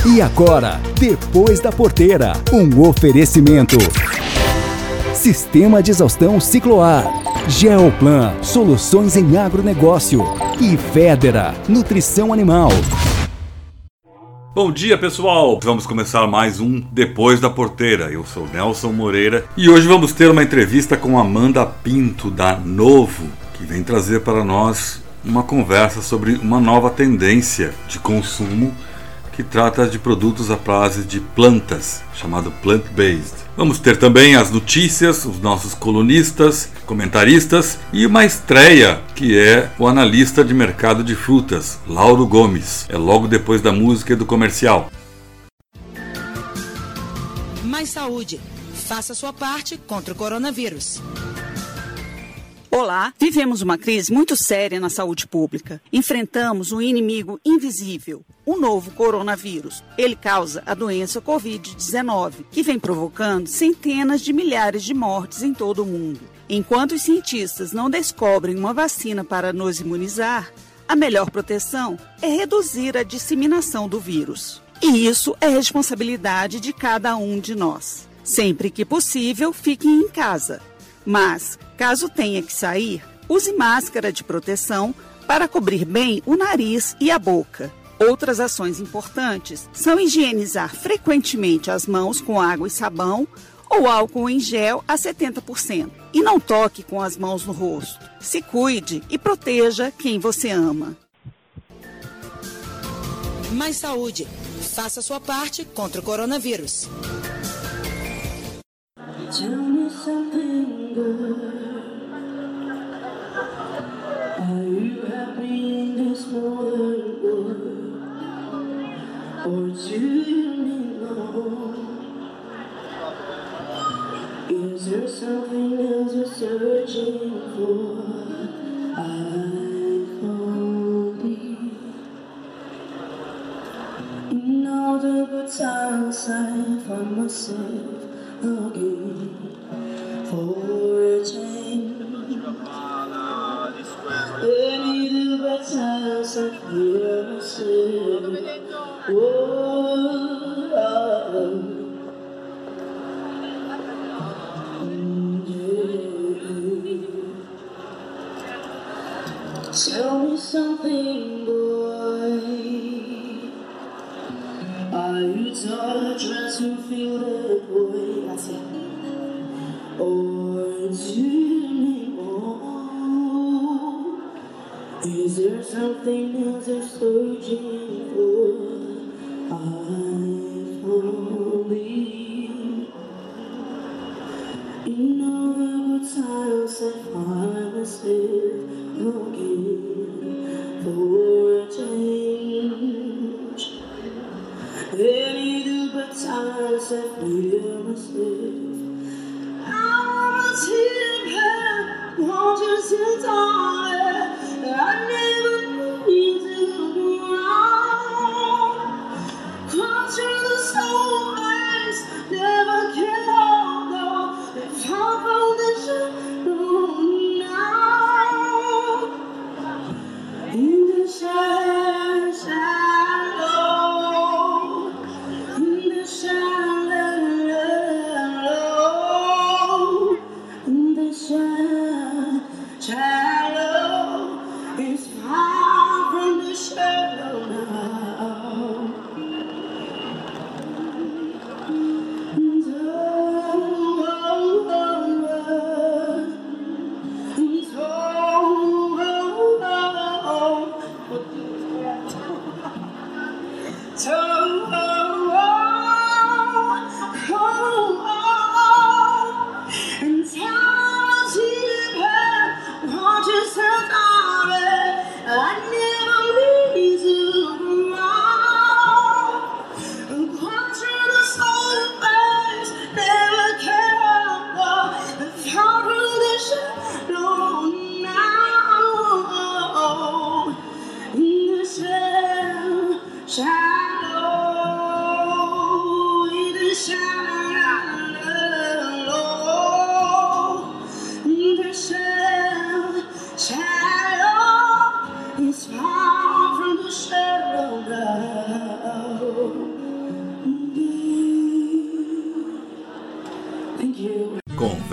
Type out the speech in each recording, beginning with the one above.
E agora, Depois da Porteira, um oferecimento. Sistema de exaustão Cicloar, Geoplan, soluções em agronegócio e Federa, nutrição animal. Bom dia, pessoal! Vamos começar mais um Depois da Porteira. Eu sou Nelson Moreira e hoje vamos ter uma entrevista com Amanda Pinto, da Novo, que vem trazer para nós uma conversa sobre uma nova tendência de consumo que trata de produtos à base de plantas, chamado plant-based. Vamos ter também as notícias, os nossos colunistas, comentaristas e uma estreia, que é o analista de mercado de frutas, Lauro Gomes. É logo depois da música e do comercial. Mais saúde. Faça sua parte contra o coronavírus. Olá, vivemos uma crise muito séria na saúde pública. Enfrentamos um inimigo invisível, o novo coronavírus. Ele causa a doença Covid-19, que vem provocando centenas de milhares de mortes em todo o mundo. Enquanto os cientistas não descobrem uma vacina para nos imunizar, a melhor proteção é reduzir a disseminação do vírus. E isso é responsabilidade de cada um de nós. Sempre que possível, fiquem em casa. Mas, caso tenha que sair, use máscara de proteção para cobrir bem o nariz e a boca. Outras ações importantes são higienizar frequentemente as mãos com água e sabão ou álcool em gel a 70%. E não toque com as mãos no rosto. Se cuide e proteja quem você ama. Mais saúde. Faça sua parte contra o coronavírus. Tell me something good. Are you happy in this modern world? Or do you need more? Is there something else you're searching for? I found it. In all the good times I find myself looking for a change. Any of the times I hear myself, whoa, yeah. Tell me something, boy. Are you tired trying to feel that way? I said, or do you need more? Is there something else you're searching for? I found it. In all the good times I find myself looking for a change. Any of the times I feel myself, I was here, won't you sit on it? I never need to go wrong. Come through the storms, never can hold on. If I'm from the shadow now, in the shadow. Shadow.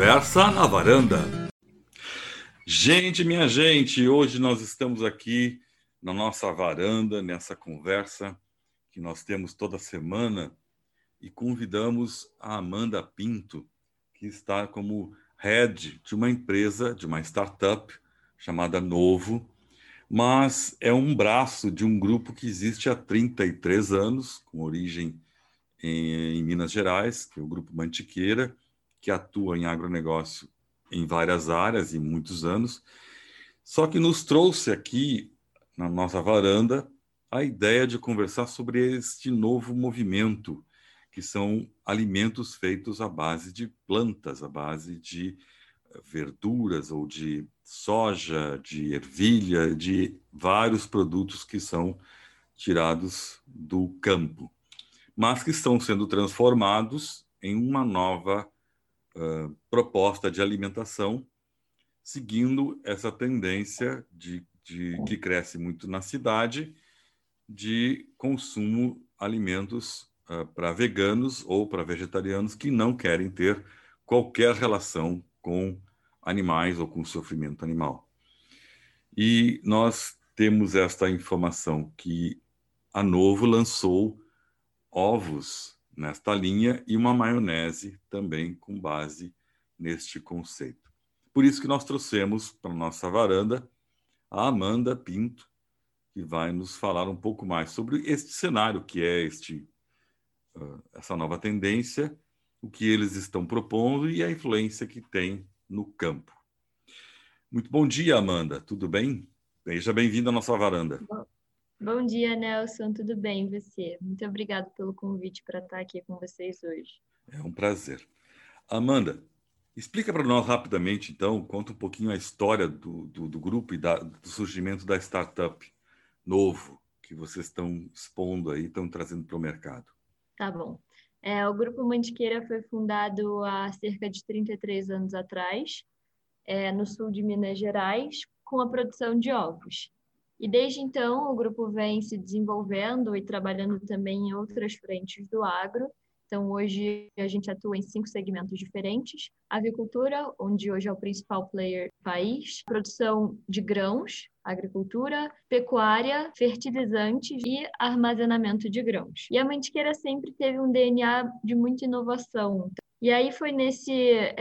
Conversa na Varanda. Gente, minha gente, hoje nós estamos aqui na nossa varanda, nessa conversa que nós temos toda semana e convidamos a Amanda Pinto, que está como head de uma empresa, de uma startup chamada Novo, mas é um braço de um grupo que existe há 33 anos, com origem em Minas Gerais, que é o Grupo Mantiqueira, que atua em agronegócio em várias áreas e muitos anos, só que nos trouxe aqui, na nossa varanda, a ideia de conversar sobre este novo movimento, que são alimentos feitos à base de plantas, à base de verduras ou de soja, de ervilha, de vários produtos que são tirados do campo, mas que estão sendo transformados em uma nova proposta de alimentação, seguindo essa tendência que cresce muito na cidade, de consumo alimentos para veganos ou para vegetarianos que não querem ter qualquer relação com animais ou com sofrimento animal. E nós temos esta informação que a Novo lançou ovos nesta linha e uma maionese também com base neste conceito. Por isso que nós trouxemos para a nossa varanda a Amanda Pinto, que vai nos falar um pouco mais sobre este cenário que é essa nova tendência, o que eles estão propondo e a influência que tem no campo. Muito bom dia, Amanda. Tudo bem? Seja bem-vinda à nossa varanda. Bom dia, Nelson. Tudo bem, e você? Muito obrigado pelo convite para estar aqui com vocês hoje. É um prazer. Amanda, explica para nós rapidamente, então, conta um pouquinho a história do grupo e do surgimento da startup Novo, que vocês estão expondo aí, estão trazendo para o mercado. Tá bom. O Grupo Mantiqueira foi fundado há cerca de 33 anos atrás, no sul de Minas Gerais, com a produção de ovos. E desde então, o grupo vem se desenvolvendo e trabalhando também em outras frentes do agro. Então, hoje a gente atua em 5 segmentos diferentes. Avicultura, onde hoje é o principal player do país. Produção de grãos, agricultura, pecuária, fertilizantes e armazenamento de grãos. E a Mantiqueira sempre teve um DNA de muita inovação. E aí foi nesse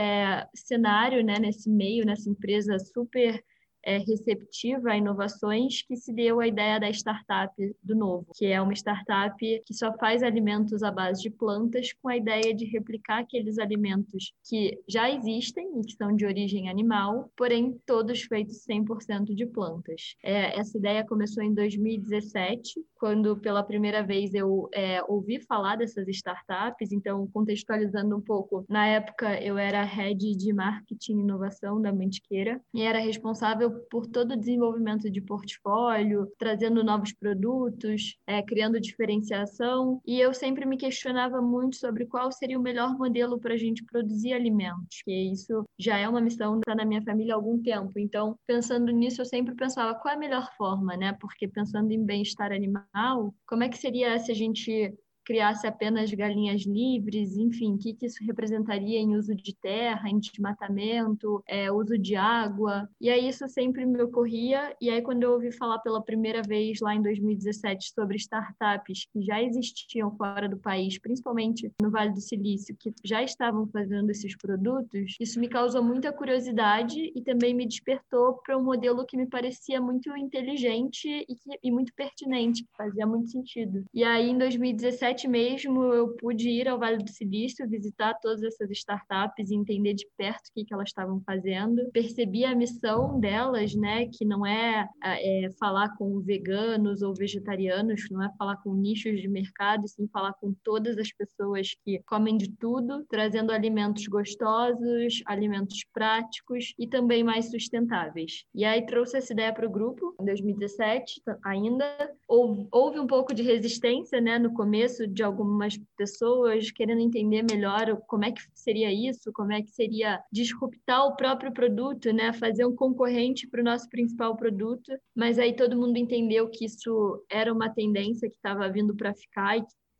cenário, né, nesse meio, nessa empresa super receptiva a inovações, que se deu a ideia da startup do Novo, que é uma startup que só faz alimentos à base de plantas, com a ideia de replicar aqueles alimentos que já existem e que são de origem animal, porém todos feitos 100% de plantas. Essa ideia começou em 2017, quando pela primeira vez eu ouvi falar dessas startups. Então, contextualizando um pouco, na época eu era head de marketing e inovação da Mantiqueira e era responsável por todo o desenvolvimento de portfólio, trazendo novos produtos, criando diferenciação. E eu sempre me questionava muito sobre qual seria o melhor modelo para a gente produzir alimentos, porque isso já é uma missão que está na minha família há algum tempo. Então, pensando nisso, eu sempre pensava qual é a melhor forma, né? Porque pensando em bem-estar animal, como é que seria se a gente criasse apenas galinhas livres, enfim, o que isso representaria em uso de terra, em desmatamento, uso de água. E aí isso sempre me ocorria. E aí quando eu ouvi falar pela primeira vez lá em 2017 sobre startups que já existiam fora do país, principalmente no Vale do Silício, que já estavam fazendo esses produtos, isso me causou muita curiosidade e também me despertou para um modelo que me parecia muito inteligente e muito pertinente, que fazia muito sentido. E aí em 2017 mesmo, eu pude ir ao Vale do Silício, visitar todas essas startups e entender de perto o que elas estavam fazendo. Percebi a missão delas, né, que não é falar com veganos ou vegetarianos, não é falar com nichos de mercado, sim falar com todas as pessoas que comem de tudo, trazendo alimentos gostosos, alimentos práticos e também mais sustentáveis. E aí trouxe essa ideia para o grupo, em 2017 ainda. Houve um pouco de resistência, né, no começo, de algumas pessoas querendo entender melhor como é que seria isso, como é que seria disruptar o próprio produto, né? Fazer um concorrente para o nosso principal produto, mas aí todo mundo entendeu que isso era uma tendência que estava vindo para ficar e que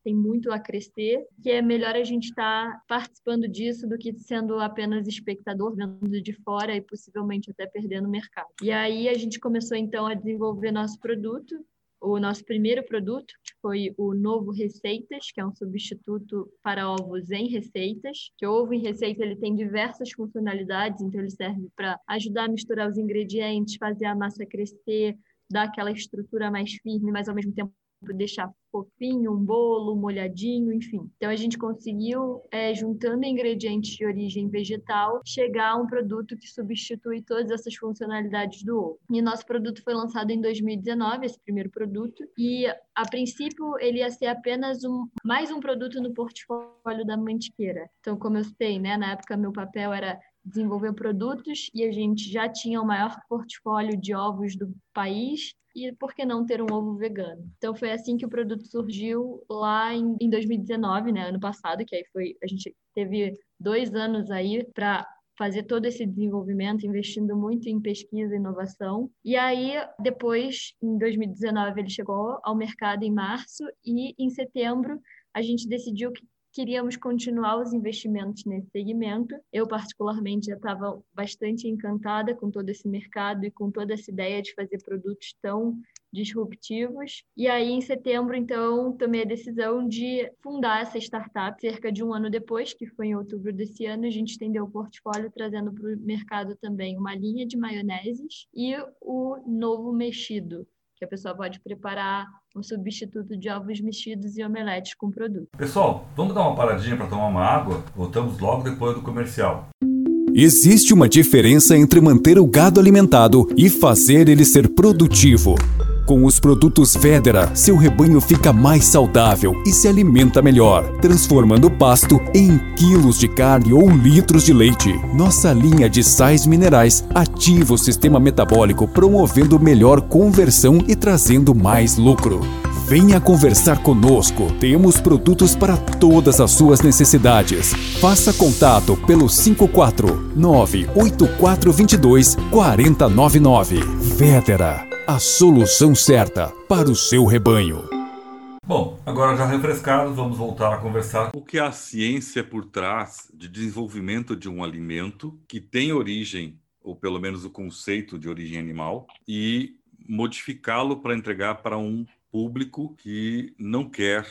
tem muito a crescer, que é melhor a gente estar participando disso do que sendo apenas espectador, vendo de fora e possivelmente até perdendo o mercado. E aí a gente começou então a desenvolver nosso produto, o nosso primeiro produto, que foi o Novo Receitas, que é um substituto para ovos em receitas, que o ovo em receita ele tem diversas funcionalidades, então ele serve para ajudar a misturar os ingredientes, fazer a massa crescer, dar aquela estrutura mais firme, mas ao mesmo tempo deixar fofinho, um bolo, molhadinho, enfim. Então a gente conseguiu, juntando ingredientes de origem vegetal, chegar a um produto que substitui todas essas funcionalidades do ovo. E nosso produto foi lançado em 2019, esse primeiro produto, e a princípio ele ia ser apenas mais um produto no portfólio da Mantiqueira. Então, como eu citei, né, na época meu papel era desenvolver produtos e a gente já tinha o maior portfólio de ovos do país, e por que não ter um ovo vegano? Então foi assim que o produto surgiu lá em 2019, né, ano passado, que aí a gente teve 2 anos aí para fazer todo esse desenvolvimento, investindo muito em pesquisa e inovação. E aí, depois, em 2019, ele chegou ao mercado em março e em setembro a gente decidiu que queríamos continuar os investimentos nesse segmento. Eu, particularmente, já estava bastante encantada com todo esse mercado e com toda essa ideia de fazer produtos tão disruptivos. E aí, em setembro, então, tomei a decisão de fundar essa startup. Cerca de 1 ano depois, que foi em outubro desse ano, a gente estendeu o portfólio, trazendo para o mercado também uma linha de maioneses e o Novo Mexido, que a pessoa pode preparar um substituto de ovos mexidos e omeletes com produto. Pessoal, vamos dar uma paradinha para tomar uma água? Voltamos logo depois do comercial. Existe uma diferença entre manter o gado alimentado e fazer ele ser produtivo. Com os produtos Federa, seu rebanho fica mais saudável e se alimenta melhor, transformando o pasto em quilos de carne ou litros de leite. Nossa linha de sais minerais ativa o sistema metabólico, promovendo melhor conversão e trazendo mais lucro. Venha conversar conosco. Temos produtos para todas as suas necessidades. Faça contato pelo 549-8422-4099. Federa, a solução certa para o seu rebanho. Bom, agora já refrescados, vamos voltar a conversar o que é a ciência por trás de desenvolvimento de um alimento que tem origem, ou pelo menos o conceito de origem animal, e modificá-lo para entregar para um público que não quer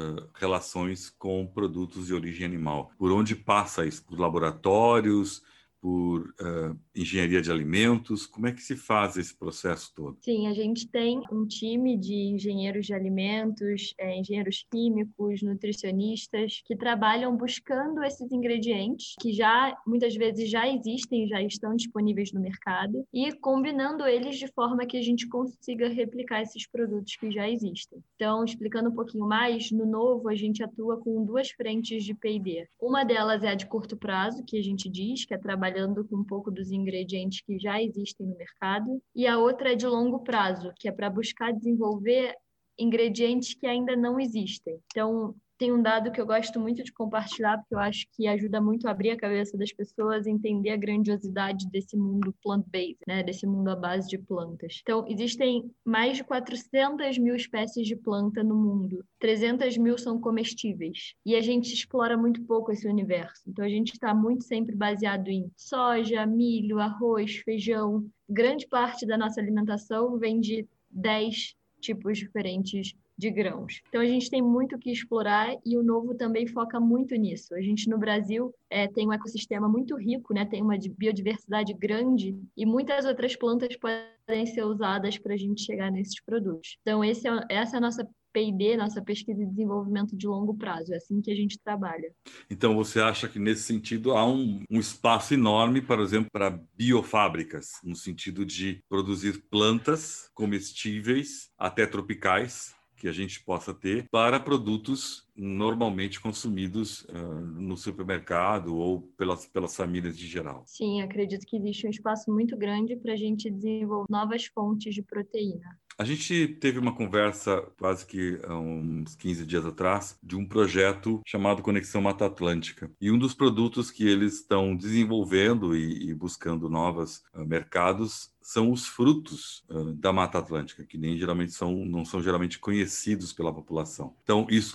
relações com produtos de origem animal. Por onde passa isso? Por laboratórios, por engenharia de alimentos? Como é que se faz esse processo todo? Sim, a gente tem um time de engenheiros de alimentos, engenheiros químicos, nutricionistas, que trabalham buscando esses ingredientes que já, muitas vezes, já existem, já estão disponíveis no mercado, e combinando eles de forma que a gente consiga replicar esses produtos que já existem. Então, explicando um pouquinho mais, no Novo a gente atua com 2 frentes de P&D. Uma delas é a de curto prazo, que a gente diz, que é trabalhando com um pouco dos ingredientes que já existem no mercado, e a outra é de longo prazo, que é para buscar desenvolver ingredientes que ainda não existem. Então, tem um dado que eu gosto muito de compartilhar, porque eu acho que ajuda muito a abrir a cabeça das pessoas, entender a grandiosidade desse mundo plant-based, né? Desse mundo à base de plantas. Então, existem mais de 400 mil espécies de planta no mundo. 300 mil são comestíveis. E a gente explora muito pouco esse universo. Então, a gente está muito sempre baseado em soja, milho, arroz, feijão. Grande parte da nossa alimentação vem de 10 tipos diferentes de grãos. Então, a gente tem muito o que explorar e o Novo também foca muito nisso. A gente, no Brasil, tem um ecossistema muito rico, né? Tem uma biodiversidade grande e muitas outras plantas podem ser usadas para a gente chegar nesses produtos. Então, essa é a nossa P&D, nossa pesquisa e desenvolvimento de longo prazo. É assim que a gente trabalha. Então, você acha que, nesse sentido, há um espaço enorme, por exemplo, para biofábricas, no sentido de produzir plantas comestíveis, até tropicais, que a gente possa ter para produtos normalmente consumidos no supermercado ou pelas famílias de geral. Sim, acredito que existe um espaço muito grande para a gente desenvolver novas fontes de proteína. A gente teve uma conversa quase que há uns 15 dias atrás de um projeto chamado Conexão Mata Atlântica. E um dos produtos que eles estão desenvolvendo e buscando novos mercados são os frutos da Mata Atlântica, que nem geralmente não são geralmente conhecidos pela população. Então, isso poderia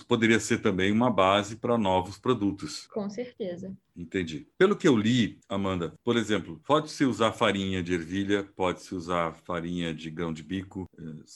ser também uma base para novos produtos. Com certeza. Entendi. Pelo que eu li, Amanda, por exemplo, pode-se usar farinha de ervilha, pode-se usar farinha de grão de bico,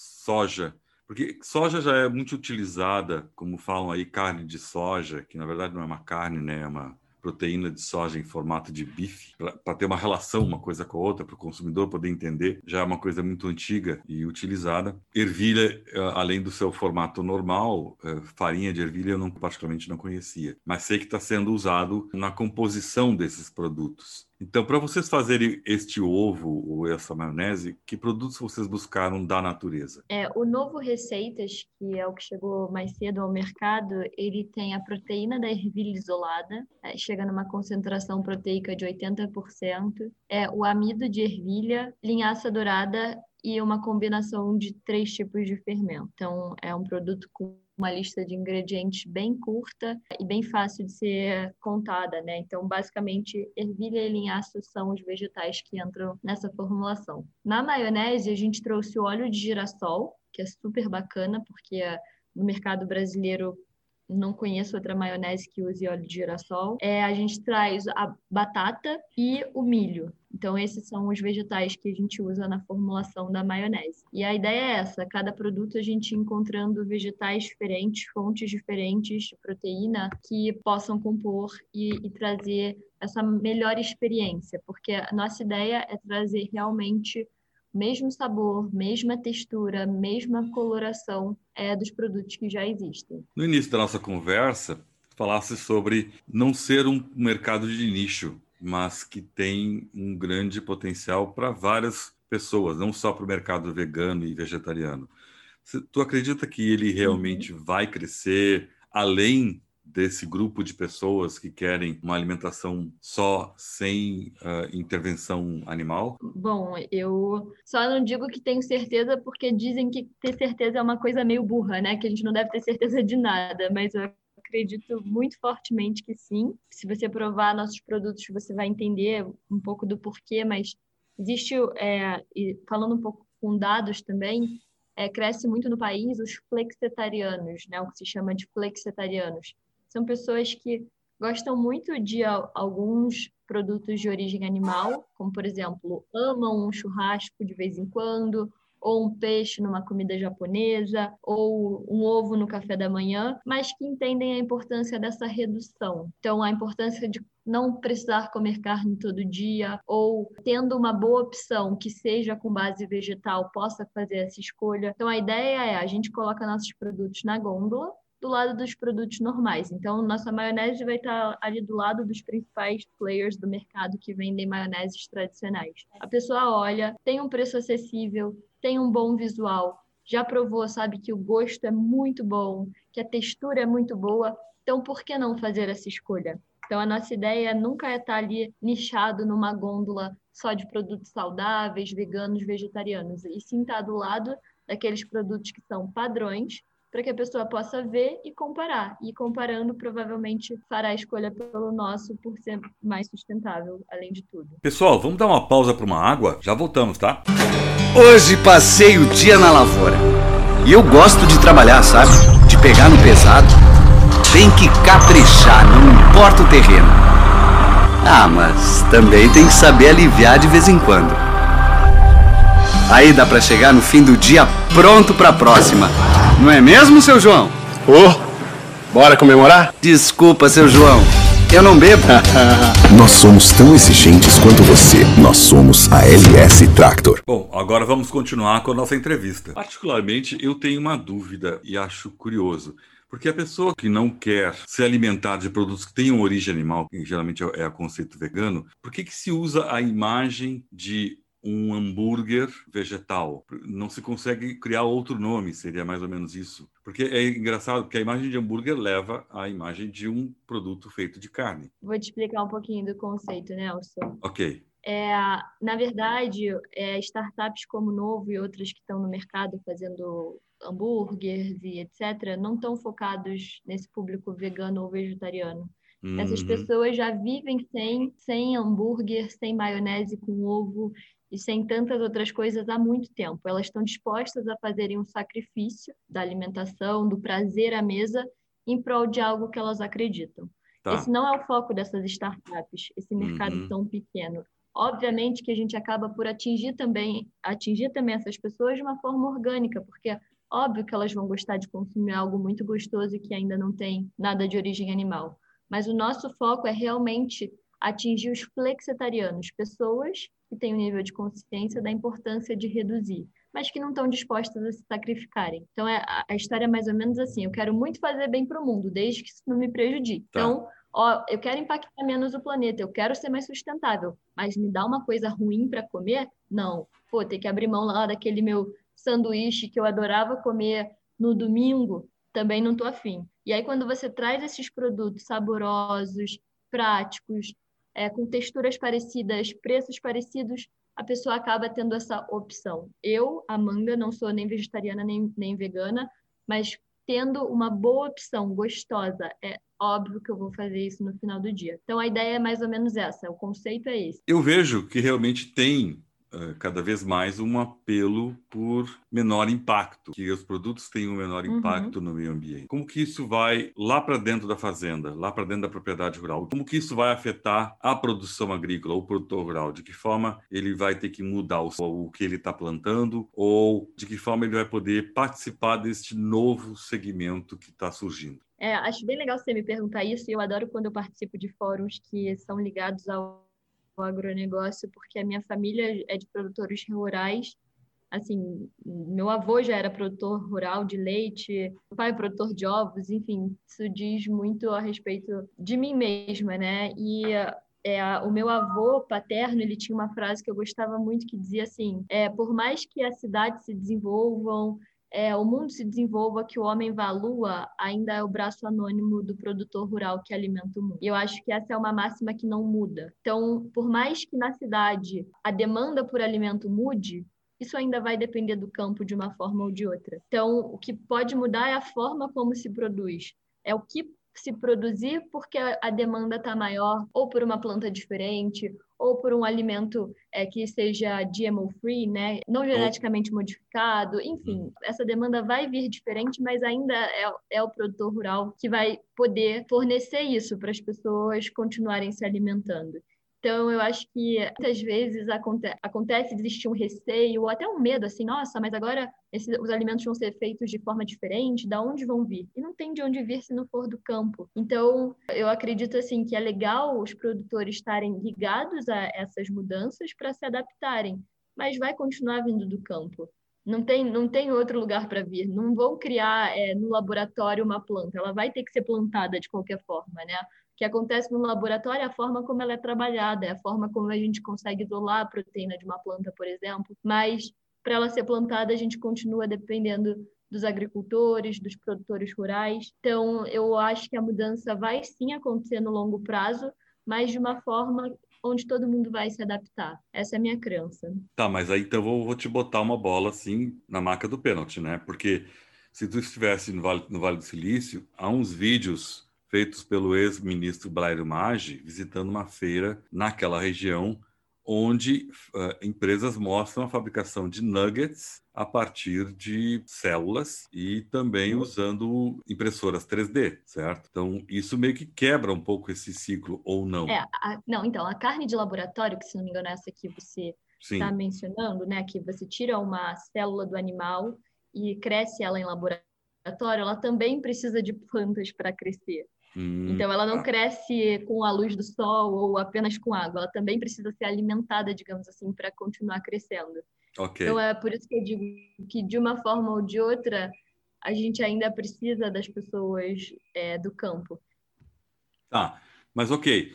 soja, porque soja já é muito utilizada, como falam aí, carne de soja, que na verdade não é uma carne, né? É uma proteína de soja em formato de bife, para ter uma relação uma coisa com a outra, para o consumidor poder entender, já é uma coisa muito antiga e utilizada. Ervilha, além do seu formato normal, farinha de ervilha eu particularmente não conhecia, mas sei que está sendo usado na composição desses produtos. Então, para vocês fazerem este ovo ou essa maionese, que produtos vocês buscaram da natureza? O Novo Receitas, que é o que chegou mais cedo ao mercado, ele tem a proteína da ervilha isolada, chega numa concentração proteica de 80%, o amido de ervilha, linhaça dourada e uma combinação de 3 tipos de fermento. Então, é um produto com uma lista de ingredientes bem curta e bem fácil de ser contada, né? Então, basicamente, ervilha e linhaça são os vegetais que entram nessa formulação. Na maionese, a gente trouxe o óleo de girassol, que é super bacana, porque no mercado brasileiro não conheço outra maionese que use óleo de girassol. A gente traz a batata e o milho. Então, esses são os vegetais que a gente usa na formulação da maionese. E a ideia é essa, cada produto a gente encontrando vegetais diferentes, fontes diferentes de proteína que possam compor e trazer essa melhor experiência, porque a nossa ideia é trazer realmente o mesmo sabor, mesma textura, mesma coloração dos produtos que já existem. No início da nossa conversa, falasse sobre não ser um mercado de nicho, mas que tem um grande potencial para várias pessoas, não só para o mercado vegano e vegetariano. Tu acredita que ele realmente vai crescer além desse grupo de pessoas que querem uma alimentação só, sem intervenção animal? Bom, eu só não digo que tenho certeza, porque dizem que ter certeza é uma coisa meio burra, né? Que a gente não deve ter certeza de nada, mas eu acredito muito fortemente que sim. Se você provar nossos produtos, você vai entender um pouco do porquê, mas existe, e falando um pouco com dados também, cresce muito no país os flexitarianos, né? O que se chama de flexitarianos. São pessoas que gostam muito de alguns produtos de origem animal, como, por exemplo, amam um churrasco de vez em quando, ou um peixe numa comida japonesa, ou um ovo no café da manhã, mas que entendem a importância dessa redução. Então, a importância de não precisar comer carne todo dia, ou tendo uma boa opção que seja com base vegetal, possa fazer essa escolha. Então, a ideia a gente coloca nossos produtos na gôndola, do lado dos produtos normais. Então, nossa maionese vai estar ali do lado dos principais players do mercado que vendem maioneses tradicionais. A pessoa olha, tem um preço acessível, tem um bom visual, já provou, sabe que o gosto é muito bom, que a textura é muito boa, então por que não fazer essa escolha? Então, a nossa ideia nunca é estar ali nichado numa gôndola só de produtos saudáveis, veganos, vegetarianos, e sim estar do lado daqueles produtos que são padrões, para que a pessoa possa ver e comparar. E comparando, provavelmente fará a escolha pelo nosso por ser mais sustentável, além de tudo. Pessoal, vamos dar uma pausa para uma água? Já voltamos, tá? Hoje passei o dia na lavoura. E eu gosto de trabalhar, sabe? De pegar no pesado. Tem que caprichar, não importa o terreno. Ah, mas também tem que saber aliviar de vez em quando. Aí dá pra chegar no fim do dia pronto pra próxima. Não é mesmo, seu João? Bora comemorar? Desculpa, seu João. Eu não bebo. Nós somos tão exigentes quanto você. Nós somos a LS Tractor. Bom, agora vamos continuar com a nossa entrevista. Particularmente, eu tenho uma dúvida e acho curioso. Porque a pessoa que não quer se alimentar de produtos que tenham origem animal, que geralmente é o conceito vegano, por que se usa a imagem de um hambúrguer vegetal? Não se consegue criar outro nome, seria mais ou menos isso. Porque é engraçado, porque a imagem de hambúrguer leva à imagem de um produto feito de carne. Vou te explicar um pouquinho do conceito, Nelson. Ok. Na verdade, startups como o Novo e outras que estão no mercado fazendo hambúrgueres e etc., não estão focados nesse público vegano ou vegetariano. Essas pessoas já vivem sem hambúrguer, sem maionese com ovo e sem tantas outras coisas há muito tempo. Elas estão dispostas a fazerem um sacrifício da alimentação, do prazer à mesa, em prol de algo que elas acreditam. Tá. Esse não é o foco dessas startups, esse mercado Uhum. tão pequeno. Obviamente que a gente acaba por atingir também essas pessoas de uma forma orgânica, porque é óbvio que elas vão gostar de consumir algo muito gostoso e que ainda não tem nada de origem animal. Mas o nosso foco é realmente atingir os flexitarianos, pessoas que têm um nível de consciência da importância de reduzir, mas que não estão dispostas a se sacrificarem. Então, a história é mais ou menos assim: eu quero muito fazer bem para o mundo, desde que isso não me prejudique. Tá. Então, eu quero impactar menos o planeta, eu quero ser mais sustentável, mas me dá uma coisa ruim para comer? Não. Pô, ter que abrir mão lá daquele meu sanduíche que eu adorava comer no domingo, também não estou afim. E aí, quando você traz esses produtos saborosos, práticos, com texturas parecidas, preços parecidos, a pessoa acaba tendo essa opção. Eu, Amanda, não sou nem vegetariana nem vegana, mas tendo uma boa opção, gostosa, é óbvio que eu vou fazer isso no final do dia. Então, a ideia é mais ou menos essa, o conceito é esse. Eu vejo que realmente tem cada vez mais um apelo por menor impacto, que os produtos tenham um menor impacto no meio ambiente. Como que isso vai lá para dentro da fazenda, lá para dentro da propriedade rural? Como que isso vai afetar a produção agrícola, o produtor rural? De que forma ele vai ter que mudar o que ele está plantando, ou de que forma ele vai poder participar deste novo segmento que está surgindo? Acho bem legal você me perguntar isso, e eu adoro quando eu participo de fóruns que são ligados ao agronegócio, porque a minha família é de produtores rurais. Assim, meu avô já era produtor rural de leite, meu pai é produtor de ovos, enfim, isso diz muito a respeito de mim mesma, né? E o meu avô paterno, ele tinha uma frase que eu gostava muito, que dizia assim: por mais que as cidades se desenvolvam, o mundo se desenvolva, que o homem vá à lua, ainda é o braço anônimo do produtor rural que alimenta o mundo. E eu acho que essa é uma máxima que não muda. Então, por mais que na cidade a demanda por alimento mude, isso ainda vai depender do campo de uma forma ou de outra. Então, o que pode mudar é a forma como se produz. É o que se produzir porque a demanda está maior, ou por uma planta diferente, ou por um alimento que seja GMO-free, né? Não geneticamente modificado, enfim. Essa demanda vai vir diferente, mas ainda é o produtor rural que vai poder fornecer isso para as pessoas continuarem se alimentando. Então, eu acho que muitas vezes acontece de existir um receio ou até um medo, assim: nossa, mas agora os alimentos vão ser feitos de forma diferente, da onde vão vir? E não tem de onde vir se não for do campo. Então, eu acredito assim que é legal os produtores estarem ligados a essas mudanças para se adaptarem, mas vai continuar vindo do campo. Não tem outro lugar para vir. Não vão criar no laboratório uma planta. Ela vai ter que ser plantada de qualquer forma, né? O que acontece no laboratório é a forma como ela é trabalhada, é a forma como a gente consegue isolar a proteína de uma planta, por exemplo. Mas, para ela ser plantada, a gente continua dependendo dos agricultores, dos produtores rurais. Então, eu acho que a mudança vai sim acontecer no longo prazo, mas de uma forma onde todo mundo vai se adaptar. Essa é a minha crença. Tá, mas aí então eu vou te botar uma bola assim na marca do pênalti, né? Porque se tu estivesse no Vale do Silício, há uns vídeos feitos pelo ex-ministro Blairo Maggi visitando uma feira naquela região, onde empresas mostram a fabricação de nuggets a partir de células e também usando impressoras 3D, certo? Então, isso meio que quebra um pouco esse ciclo, ou não? Não, então, a carne de laboratório, que se não me engano é essa que você está mencionando, né? Que você tira uma célula do animal e cresce ela em laboratório, ela também precisa de plantas para crescer. Então, ela não cresce com a luz do sol ou apenas com água. Ela também precisa ser alimentada, digamos assim, para continuar crescendo. Okay. Então, é por isso que eu digo que, de uma forma ou de outra, a gente ainda precisa das pessoas do campo. Tá, mas ok.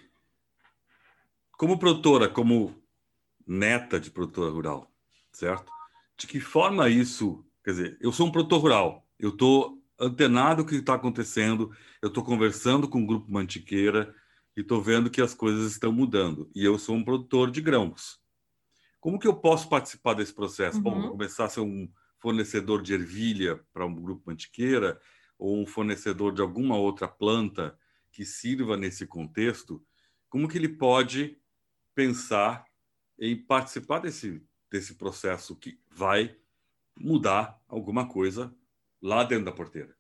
Como produtora, como neta de produtora rural, certo? De que forma isso... Quer dizer, eu sou um produtor rural, eu estou antenado com o que está acontecendo, eu estou conversando com o Grupo Mantiqueira e estou vendo que as coisas estão mudando. E eu sou um produtor de grãos. Como que eu posso participar desse processo? Bom, vou começar a ser um fornecedor de ervilha para um Grupo Mantiqueira ou um fornecedor de alguma outra planta que sirva nesse contexto. Como que ele pode pensar em participar desse processo que vai mudar alguma coisa lá dentro da porteira?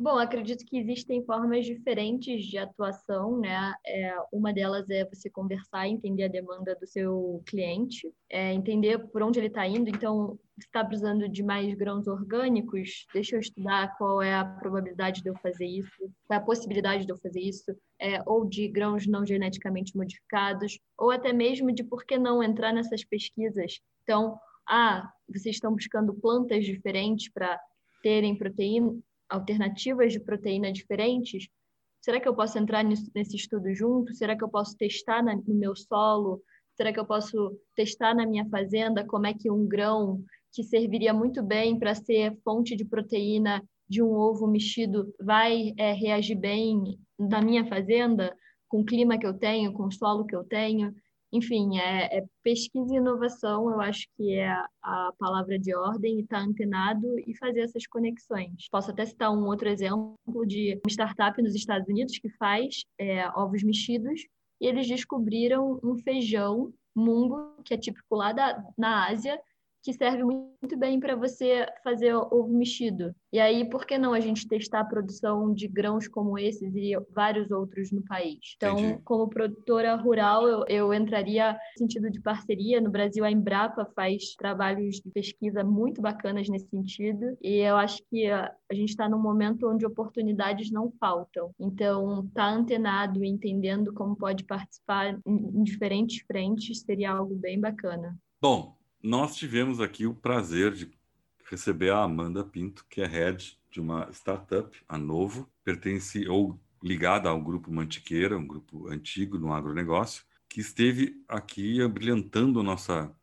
Bom, acredito que existem formas diferentes de atuação, né? Uma delas é você conversar, entender a demanda do seu cliente, entender por onde ele está indo. Então, se está precisando de mais grãos orgânicos, deixa eu estudar qual é a probabilidade de eu fazer isso, qual é a possibilidade de eu fazer isso, ou de grãos não geneticamente modificados, ou até mesmo de por que não entrar nessas pesquisas. Então, vocês estão buscando plantas diferentes para terem proteína, alternativas de proteína diferentes, será que eu posso entrar nesse estudo junto? Será que eu posso testar no meu solo? Será que eu posso testar na minha fazenda como é que um grão que serviria muito bem para ser fonte de proteína de um ovo mexido vai reagir bem na minha fazenda, com o clima que eu tenho, com o solo que eu tenho? Enfim, pesquisa e inovação, eu acho que é a palavra de ordem, e estar antenado e fazer essas conexões. Posso até citar um outro exemplo de uma startup nos Estados Unidos que faz ovos mexidos, e eles descobriram um feijão mungo, que é típico lá na Ásia, que serve muito bem para você fazer ovo mexido. E aí, por que não a gente testar a produção de grãos como esses e vários outros no país? Então, Entendi. como produtora rural, eu entraria no sentido de parceria. No Brasil, a Embrapa faz trabalhos de pesquisa muito bacanas nesse sentido, e eu acho que a gente está num momento onde oportunidades não faltam. Então, estar antenado e entendendo como pode participar em diferentes frentes seria algo bem bacana. Bom, nós tivemos aqui o prazer de receber a Amanda Pinto, que é head de uma startup, a Novo, pertence ou ligada ao Grupo Mantiqueira, um grupo antigo no agronegócio, que esteve aqui brilhantando nossa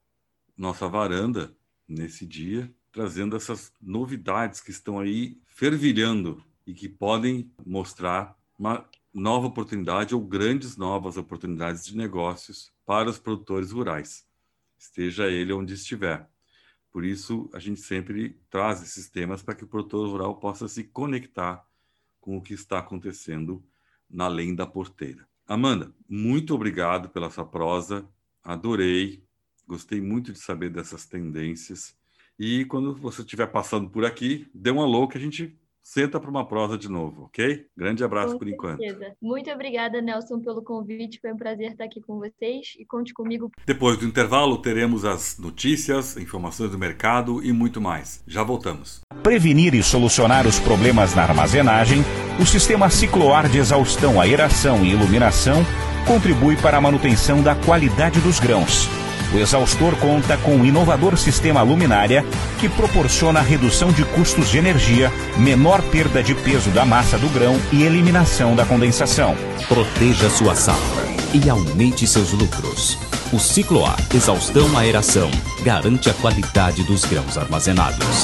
varanda nesse dia, trazendo essas novidades que estão aí fervilhando e que podem mostrar uma nova oportunidade ou grandes novas oportunidades de negócios para os produtores rurais, esteja ele onde estiver. Por isso, a gente sempre traz esses temas para que o produtor rural possa se conectar com o que está acontecendo na além da porteira. Amanda, muito obrigado pela sua prosa, adorei, gostei muito de saber dessas tendências, e quando você estiver passando por aqui, dê um alô que a gente senta para uma prosa de novo, ok? Grande abraço por enquanto. Muito obrigada, Nelson, pelo convite. Foi um prazer estar aqui com vocês e conte comigo. Depois do intervalo, teremos as notícias, informações do mercado e muito mais. Já voltamos. Prevenir e solucionar os problemas na armazenagem, o sistema cicloar de exaustão, aeração e iluminação contribui para a manutenção da qualidade dos grãos. O exaustor conta com um inovador sistema luminária que proporciona redução de custos de energia, menor perda de peso da massa do grão e eliminação da condensação. Proteja sua safra e aumente seus lucros. O Cicloar Exaustão Aeração garante a qualidade dos grãos armazenados.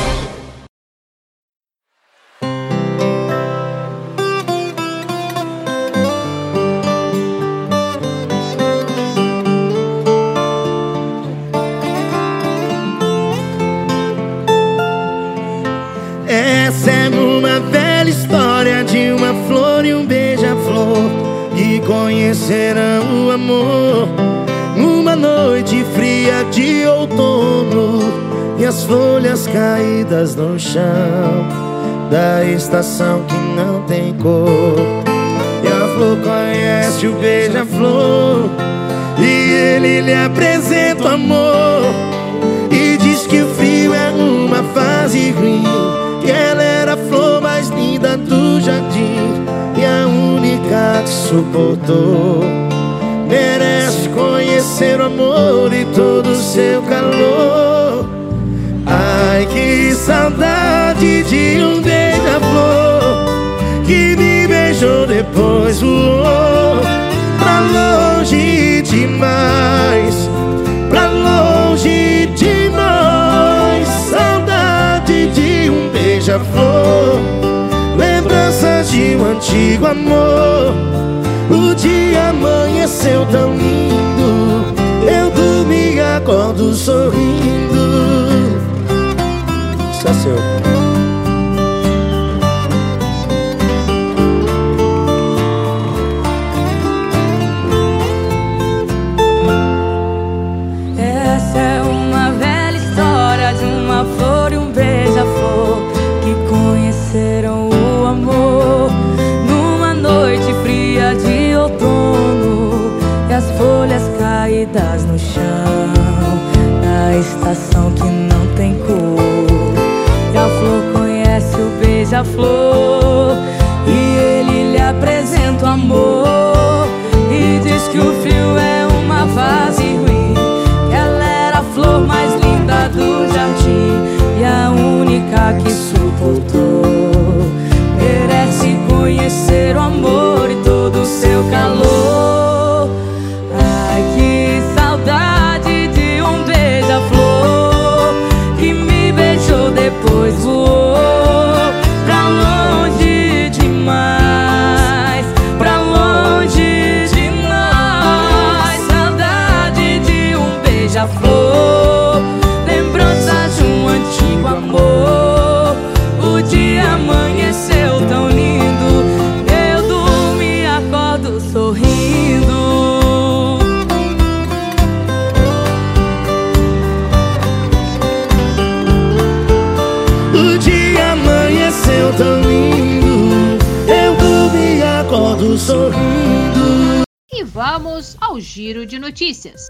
Essa é uma velha história de uma flor e um beija-flor que conheceram o amor numa noite fria de outono, e as folhas caídas no chão da estação que não tem cor. E a flor conhece o beija-flor e ele lhe apresenta o amor, e diz que o frio é uma fase ruim, que ela era a flor mais linda do jardim e a única que suportou. Merece conhecer o amor e todo o seu calor. Ai, que saudade de um beija-flor que me beijou, depois voou pra longe demais, pra longe de nós. Saudade de um beija-flor, lembranças de um antigo amor. O dia amanheceu tão lindo, eu dormi e acordo sorrindo. Só seu. Essa é uma velha história de uma flor e um beija-flor que conheceram o amor volto sorrindo. E vamos ao giro de notícias.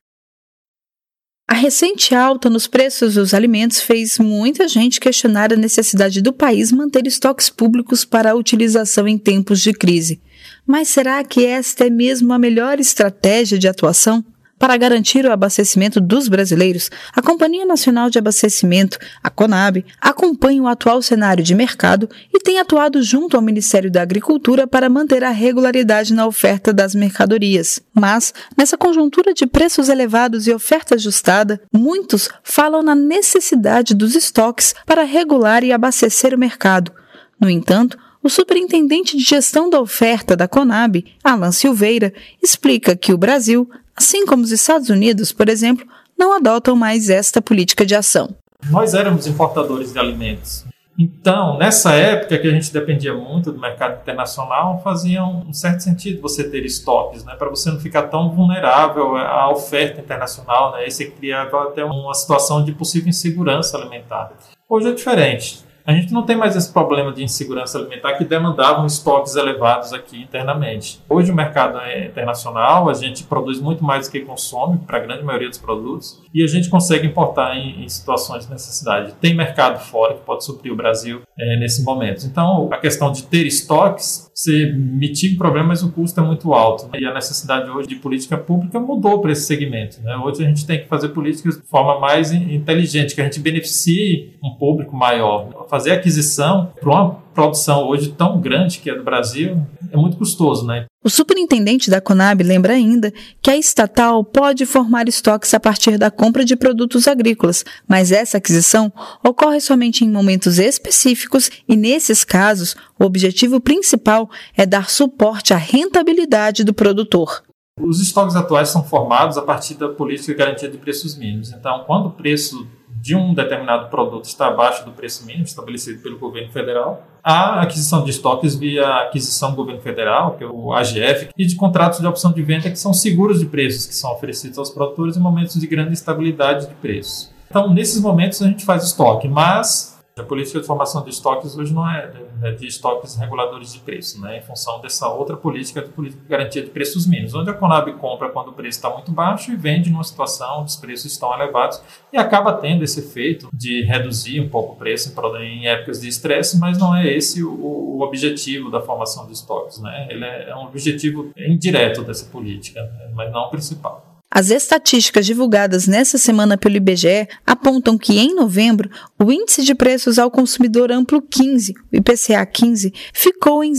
A recente alta nos preços dos alimentos fez muita gente questionar a necessidade do país manter estoques públicos para a utilização em tempos de crise. Mas será que esta é mesmo a melhor estratégia de atuação? Para garantir o abastecimento dos brasileiros, a Companhia Nacional de Abastecimento, a CONAB, acompanha o atual cenário de mercado e tem atuado junto ao Ministério da Agricultura para manter a regularidade na oferta das mercadorias. Mas, nessa conjuntura de preços elevados e oferta ajustada, muitos falam na necessidade dos estoques para regular e abastecer o mercado. No entanto, o superintendente de gestão da oferta da CONAB, Alan Silveira, explica que o Brasil, assim como os Estados Unidos, por exemplo, não adotam mais esta política de ação. Nós éramos importadores de alimentos. Então, nessa época que a gente dependia muito do mercado internacional, fazia um certo sentido você ter estoques, né, para você não ficar tão vulnerável à oferta internacional, né, e você criava até uma situação de possível insegurança alimentar. Hoje é diferente. A gente não tem mais esse problema de insegurança alimentar que demandavam estoques elevados aqui internamente. Hoje o mercado é internacional, a gente produz muito mais do que consome, para a grande maioria dos produtos, e a gente consegue importar em situações de necessidade. Tem mercado fora que pode suprir o Brasil nesse momento. Então, a questão de ter estoques, você mitiga o problema, mas o custo é muito alto. Né? E a necessidade hoje de política pública mudou para esse segmento. Né? Hoje a gente tem que fazer políticas de forma mais inteligente, que a gente beneficie um público maior. Fazer aquisição para uma produção hoje tão grande que é do Brasil é muito custoso, né? O superintendente da CONAB lembra ainda que a estatal pode formar estoques a partir da compra de produtos agrícolas, mas essa aquisição ocorre somente em momentos específicos e, nesses casos, o objetivo principal é dar suporte à rentabilidade do produtor. Os estoques atuais são formados a partir da política de garantia de preços mínimos. Então, quando o preço de um determinado produto está abaixo do preço mínimo estabelecido pelo governo federal, há aquisição de estoques via aquisição do governo federal, que é o AGF, e de contratos de opção de venda, que são seguros de preços, que são oferecidos aos produtores em momentos de grande instabilidade de preços. Então, nesses momentos, a gente faz estoque, mas a política de formação de estoques hoje não é de estoques reguladores de preço, né, em função dessa outra política de garantia de preços mínimos, onde a CONAB compra quando o preço está muito baixo e vende numa situação onde os preços estão elevados e acaba tendo esse efeito de reduzir um pouco o preço em épocas de estresse, mas não é esse o objetivo da formação de estoques. Né? Ele é um objetivo indireto dessa política, mas não o principal. As estatísticas divulgadas nessa semana pelo IBGE apontam que, em novembro, o Índice de Preços ao Consumidor Amplo 15, o IPCA 15, ficou em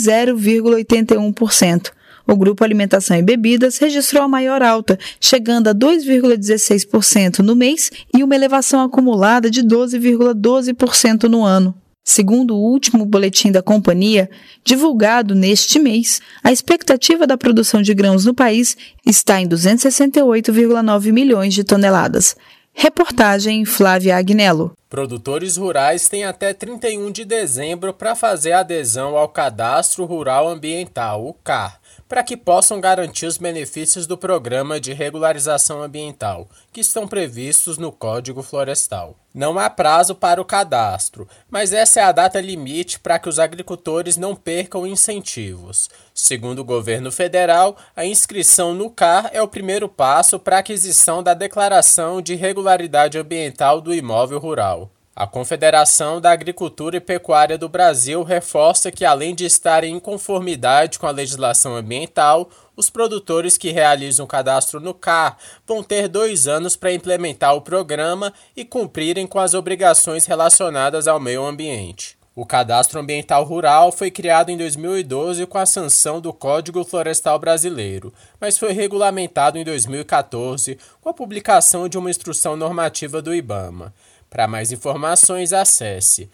0,81%. O Grupo Alimentação e Bebidas registrou a maior alta, chegando a 2,16% no mês e uma elevação acumulada de 12,12% no ano. Segundo o último boletim da companhia, divulgado neste mês, a expectativa da produção de grãos no país está em 268,9 milhões de toneladas. Reportagem Flávia Agnello. Produtores rurais têm até 31 de dezembro para fazer adesão ao Cadastro Rural Ambiental, o CAR, para que possam garantir os benefícios do Programa de Regularização Ambiental, que estão previstos no Código Florestal. Não há prazo para o cadastro, mas essa é a data limite para que os agricultores não percam incentivos. Segundo o governo federal, a inscrição no CAR é o primeiro passo para a aquisição da Declaração de Regularidade Ambiental do Imóvel Rural. A Confederação da Agricultura e Pecuária do Brasil reforça que, além de estarem em conformidade com a legislação ambiental, os produtores que realizam o cadastro no CAR vão ter 2 anos para implementar o programa e cumprirem com as obrigações relacionadas ao meio ambiente. O Cadastro Ambiental Rural foi criado em 2012 com a sanção do Código Florestal Brasileiro, mas foi regulamentado em 2014 com a publicação de uma instrução normativa do IBAMA. Para mais informações, acesse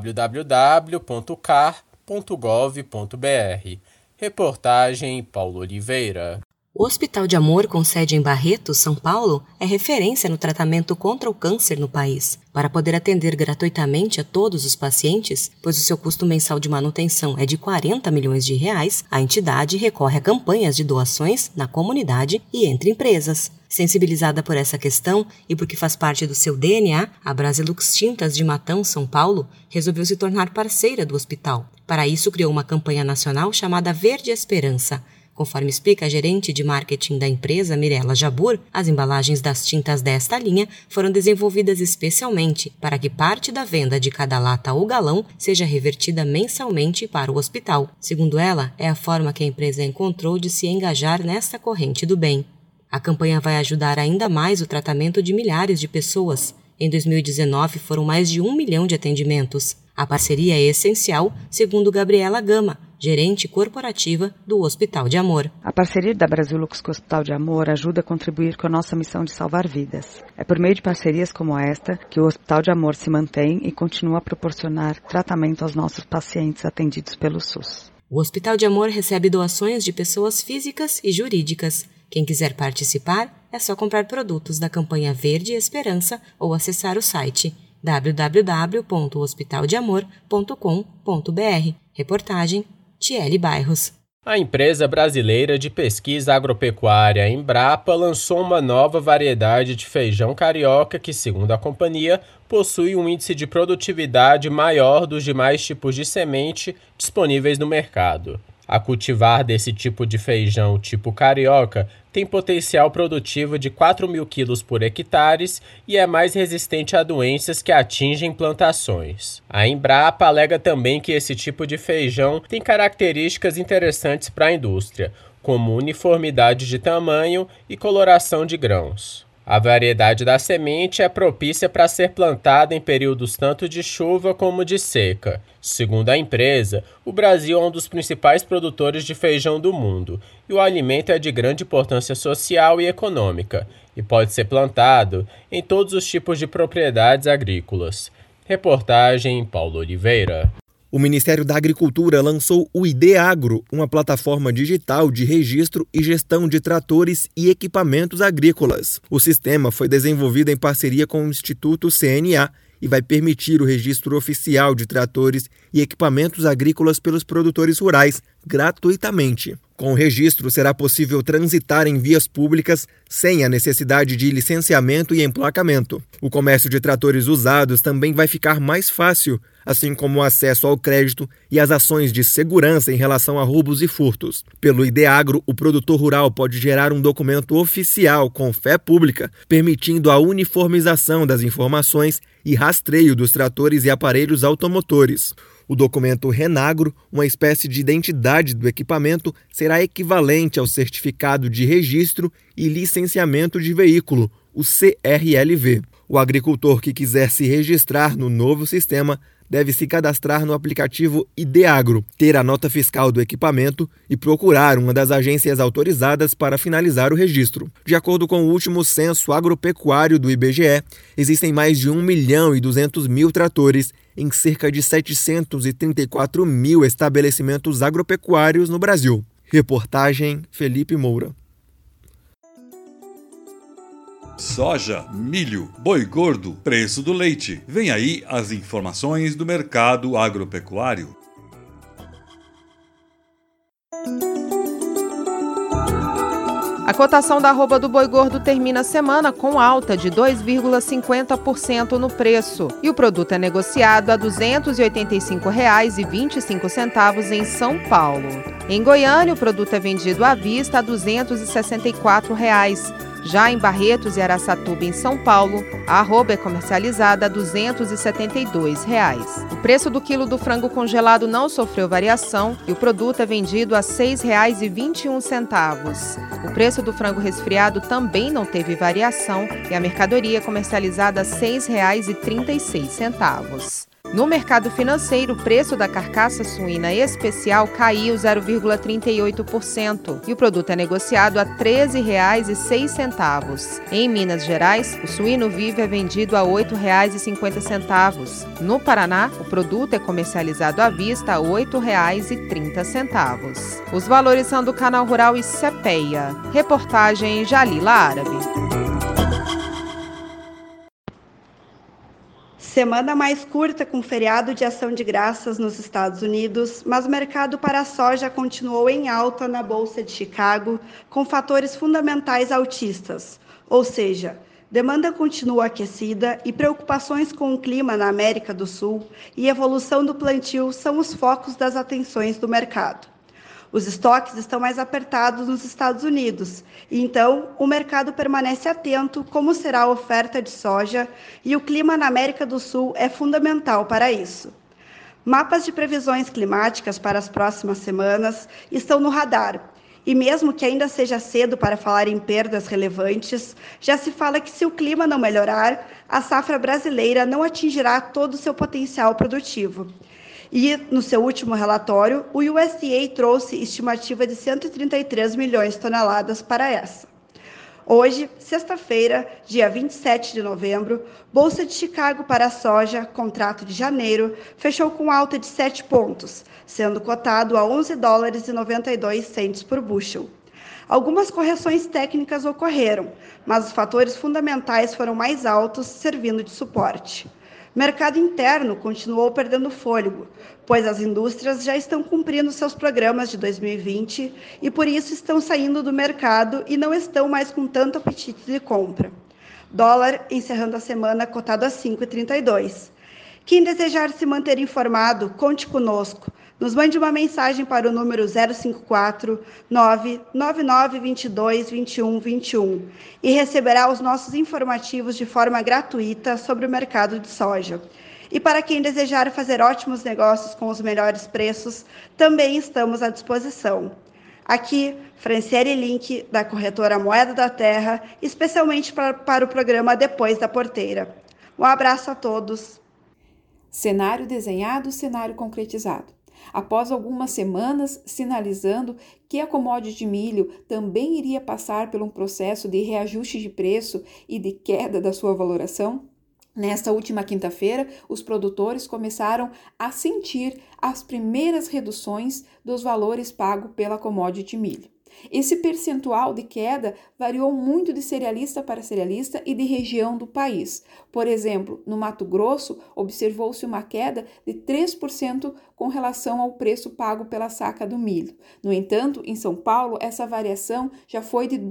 www.car.gov.br. Reportagem Paulo Oliveira. O Hospital de Amor, com sede em Barretos, São Paulo, é referência no tratamento contra o câncer no país. Para poder atender gratuitamente a todos os pacientes, pois o seu custo mensal de manutenção é de R$40 milhões, a entidade recorre a campanhas de doações na comunidade e entre empresas. Sensibilizada por essa questão e porque faz parte do seu DNA, a Brasilux Tintas de Matão, São Paulo, resolveu se tornar parceira do hospital. Para isso, criou uma campanha nacional chamada Verde Esperança. Conforme explica a gerente de marketing da empresa, Mirella Jabur, as embalagens das tintas desta linha foram desenvolvidas especialmente para que parte da venda de cada lata ou galão seja revertida mensalmente para o hospital. Segundo ela, é a forma que a empresa encontrou de se engajar nesta corrente do bem. A campanha vai ajudar ainda mais o tratamento de milhares de pessoas. Em 2019, foram mais de 1 milhão de atendimentos. A parceria é essencial, segundo Gabriela Gama, gerente corporativa do Hospital de Amor. A parceria da Brasilux com o Hospital de Amor ajuda a contribuir com a nossa missão de salvar vidas. É por meio de parcerias como esta que o Hospital de Amor se mantém e continua a proporcionar tratamento aos nossos pacientes atendidos pelo SUS. O Hospital de Amor recebe doações de pessoas físicas e jurídicas. Quem quiser participar, é só comprar produtos da campanha Verde Esperança ou acessar o site www.hospitaldeamor.com.br. Reportagem Tiele Bairros. A empresa brasileira de pesquisa agropecuária Embrapa lançou uma nova variedade de feijão carioca que, segundo a companhia, possui um índice de produtividade maior dos demais tipos de semente disponíveis no mercado. A cultivar desse tipo de feijão tipo carioca tem potencial produtivo de 4.000 quilos por hectare e é mais resistente a doenças que atingem plantações. A Embrapa alega também que esse tipo de feijão tem características interessantes para a indústria, como uniformidade de tamanho e coloração de grãos. A variedade da semente é propícia para ser plantada em períodos tanto de chuva como de seca. Segundo a empresa, o Brasil é um dos principais produtores de feijão do mundo e o alimento é de grande importância social e econômica e pode ser plantado em todos os tipos de propriedades agrícolas. Reportagem Paulo Oliveira. O Ministério da Agricultura lançou o IDEAGRO, uma plataforma digital de registro e gestão de tratores e equipamentos agrícolas. O sistema foi desenvolvido em parceria com o Instituto CNA e vai permitir o registro oficial de tratores e equipamentos agrícolas pelos produtores rurais, gratuitamente. Com o registro, será possível transitar em vias públicas sem a necessidade de licenciamento e emplacamento. O comércio de tratores usados também vai ficar mais fácil, assim como o acesso ao crédito e as ações de segurança em relação a roubos e furtos. Pelo IDEAGRO, o produtor rural pode gerar um documento oficial com fé pública, permitindo a uniformização das informações e rastreio dos tratores e aparelhos automotores. O documento Renagro, uma espécie de identidade do equipamento, será equivalente ao Certificado de Registro e Licenciamento de Veículo, o CRLV. O agricultor que quiser se registrar no novo sistema deve se cadastrar no aplicativo IDEAGRO, ter a nota fiscal do equipamento e procurar uma das agências autorizadas para finalizar o registro. De acordo com o último censo agropecuário do IBGE, existem mais de 1.200.000 tratores em cerca de 734 mil estabelecimentos agropecuários no Brasil. Reportagem Felipe Moura. Soja, milho, boi gordo, preço do leite. Vem aí as informações do mercado agropecuário. A cotação da arroba do boi gordo termina a semana com alta de 2,50% no preço e o produto é negociado a R$ 285,25 em São Paulo. Em Goiânia, o produto é vendido à vista a R$ 264. Já em Barretos e Araçatuba, em São Paulo, a arroba é comercializada a R$ 272. O preço do quilo do frango congelado não sofreu variação e o produto é vendido a R$ 6,21. O preço do frango resfriado também não teve variação e a mercadoria é comercializada a R$ 6,36. No mercado financeiro, o preço da carcaça suína especial caiu 0,38% e o produto é negociado a R$ 13,06. Em Minas Gerais, o suíno vivo é vendido a R$ 8,50. No Paraná, o produto é comercializado à vista a R$ 8,30. Os valores são do Canal Rural e CPEA. Reportagem Jalila Árabe. Semana mais curta com feriado de Ação de Graças nos Estados Unidos, mas o mercado para a soja continuou em alta na Bolsa de Chicago, com fatores fundamentais altistas, ou seja, demanda continua aquecida e preocupações com o clima na América do Sul e evolução do plantio são os focos das atenções do mercado. Os estoques estão mais apertados nos Estados Unidos, e então o mercado permanece atento como será a oferta de soja, e o clima na América do Sul é fundamental para isso. Mapas de previsões climáticas para as próximas semanas estão no radar, e mesmo que ainda seja cedo para falar em perdas relevantes, já se fala que se o clima não melhorar, a safra brasileira não atingirá todo o seu potencial produtivo. E, no seu último relatório, o USDA trouxe estimativa de 133 milhões de toneladas para essa. Hoje, sexta-feira, dia 27 de novembro, Bolsa de Chicago para a soja, contrato de janeiro, fechou com alta de 7 pontos, sendo cotado a $11,92 por bushel. Algumas correções técnicas ocorreram, mas os fatores fundamentais foram mais altos, servindo de suporte. O mercado interno continuou perdendo fôlego, pois as indústrias já estão cumprindo seus programas de 2020 e, por isso, estão saindo do mercado e não estão mais com tanto apetite de compra. Dólar encerrando a semana cotado a 5,32. Quem desejar se manter informado, conte conosco. Nos mande uma mensagem para o número 054 99922 2121 e receberá os nossos informativos de forma gratuita sobre o mercado de soja. E para quem desejar fazer ótimos negócios com os melhores preços, também estamos à disposição. Aqui, Franciele Link, da corretora Moeda da Terra, especialmente para o programa Depois da Porteira. Um abraço a todos. Cenário desenhado, cenário concretizado. Após algumas semanas sinalizando que a commodity de milho também iria passar por um processo de reajuste de preço e de queda da sua valoração, nesta última quinta-feira, os produtores começaram a sentir as primeiras reduções dos valores pagos pela commodity milho. Esse percentual de queda variou muito de cerealista para cerealista e de região do país. Por exemplo, no Mato Grosso, observou-se uma queda de 3% com relação ao preço pago pela saca do milho. No entanto, em São Paulo, essa variação já foi de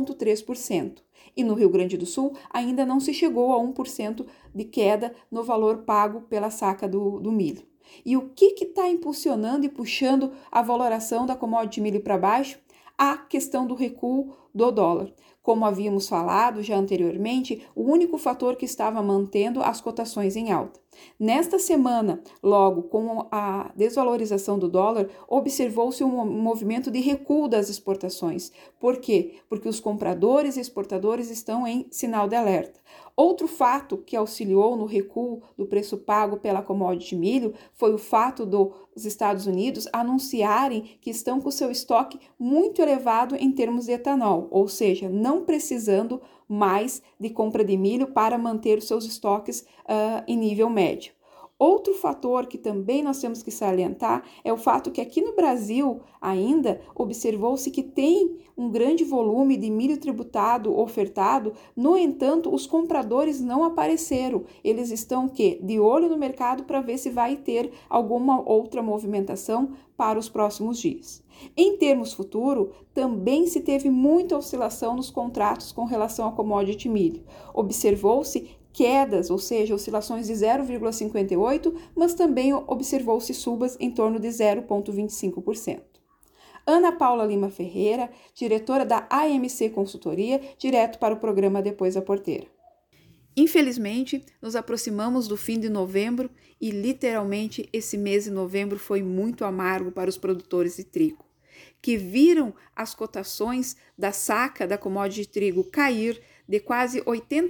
2,3%. E no Rio Grande do Sul, ainda não se chegou a 1% de queda no valor pago pela saca do milho. E o que está impulsionando e puxando a valoração da commodity milho para baixo? A questão do recuo do dólar. Como havíamos falado já anteriormente, o único fator que estava mantendo as cotações em alta. Nesta semana, logo com a desvalorização do dólar, observou-se um movimento de recuo das exportações. Por quê? Porque os compradores e exportadores estão em sinal de alerta. Outro fato que auxiliou no recuo do preço pago pela commodity milho foi o fato dos Estados Unidos anunciarem que estão com seu estoque muito elevado em termos de etanol, ou seja, não precisando mais de compra de milho para manter os seus estoques em nível médio. Outro fator que também nós temos que salientar é o fato que aqui no Brasil ainda observou-se que tem um grande volume de milho tributado ofertado, no entanto, os compradores não apareceram. Eles estão de olho no mercado para ver se vai ter alguma outra movimentação para os próximos dias. Em termos futuro, também se teve muita oscilação nos contratos com relação à commodity milho. Observou-se quedas, ou seja, oscilações de 0,58%, mas também observou-se subas em torno de 0,25%. Ana Paula Lima Ferreira, diretora da AMC Consultoria, direto para o programa Depois da Porteira. Infelizmente, nos aproximamos do fim de novembro e, literalmente, esse mês de novembro foi muito amargo para os produtores de trigo, que viram as cotações da saca da commodity de trigo cair de quase R$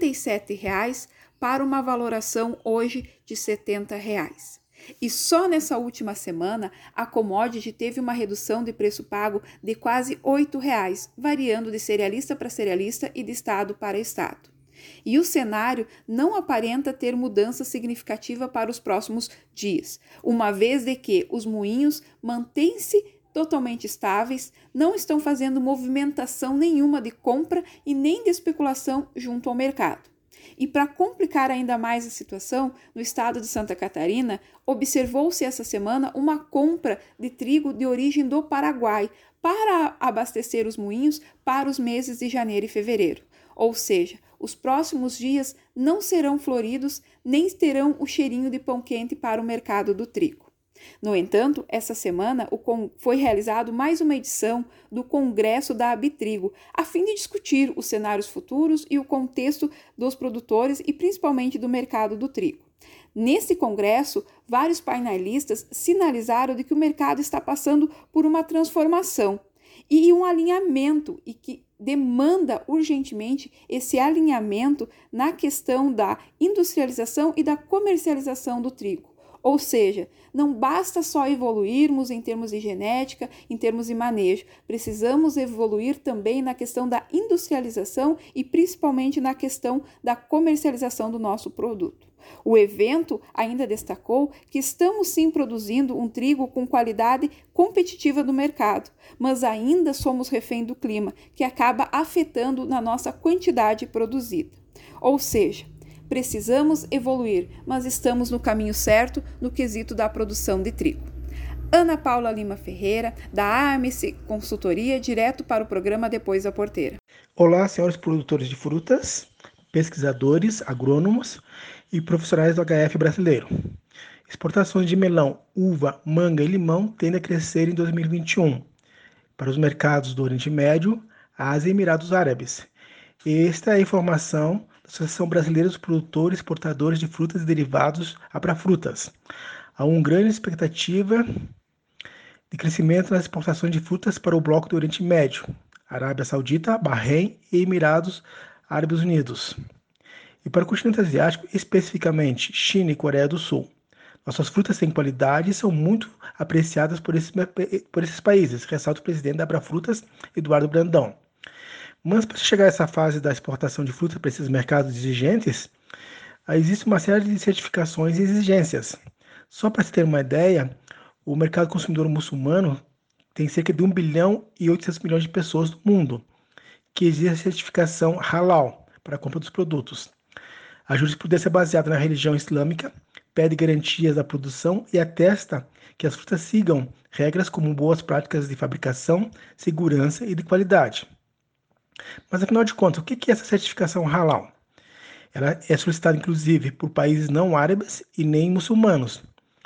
87,00 para uma valoração hoje de R$ 70,00. E só nessa última semana, a commodity teve uma redução de preço pago de quase R$ 8,00, variando de cerealista para cerealista e de estado para estado. E o cenário não aparenta ter mudança significativa para os próximos dias, uma vez de que os moinhos mantêm-se totalmente estáveis, não estão fazendo movimentação nenhuma de compra e nem de especulação junto ao mercado. E para complicar ainda mais a situação, no estado de Santa Catarina, observou-se essa semana uma compra de trigo de origem do Paraguai para abastecer os moinhos para os meses de janeiro e fevereiro. Ou seja, os próximos dias não serão floridos nem terão o cheirinho de pão quente para o mercado do trigo. No entanto, essa semana foi realizado mais uma edição do Congresso da Abitrigo, a fim de discutir os cenários futuros e o contexto dos produtores e principalmente do mercado do trigo. Nesse congresso, vários painelistas sinalizaram de que o mercado está passando por uma transformação e um alinhamento e que demanda urgentemente esse alinhamento na questão da industrialização e da comercialização do trigo. Ou seja, não basta só evoluirmos em termos de genética, em termos de manejo, precisamos evoluir também na questão da industrialização e principalmente na questão da comercialização do nosso produto. O evento ainda destacou que estamos sim produzindo um trigo com qualidade competitiva do mercado, mas ainda somos refém do clima, que acaba afetando na nossa quantidade produzida. Ou seja, precisamos evoluir, mas estamos no caminho certo no quesito da produção de trigo. Ana Paula Lima Ferreira, da AMC Consultoria, direto para o programa Depois da Porteira. Olá, senhores produtores de frutas, pesquisadores, agrônomos e profissionais do HF brasileiro. Exportações de melão, uva, manga e limão tendem a crescer em 2021 para os mercados do Oriente Médio, Ásia e Emirados Árabes. Esta é a informação da Associação Brasileira dos Produtores e Exportadores de Frutas e Derivados, Abrafrutas. Há uma grande expectativa de crescimento nas exportações de frutas para o bloco do Oriente Médio, Arábia Saudita, Bahrein e Emirados Árabes Unidos. E para o continente asiático, especificamente China e Coreia do Sul. Nossas frutas têm qualidade e são muito apreciadas por esses países, ressalta o presidente da Abrafrutas, Eduardo Brandão. Mas para chegar a essa fase da exportação de frutas para esses mercados exigentes, existe uma série de certificações e exigências. Só para se ter uma ideia, o mercado consumidor muçulmano tem cerca de 1 bilhão e 800 milhões de pessoas no mundo, que exige a certificação halal para a compra dos produtos. A jurisprudência baseada na religião islâmica pede garantias da produção e atesta que as frutas sigam regras como boas práticas de fabricação, segurança e de qualidade. Mas afinal de contas, o que é essa certificação halal? Ela é solicitada inclusive por países não árabes e nem muçulmanos,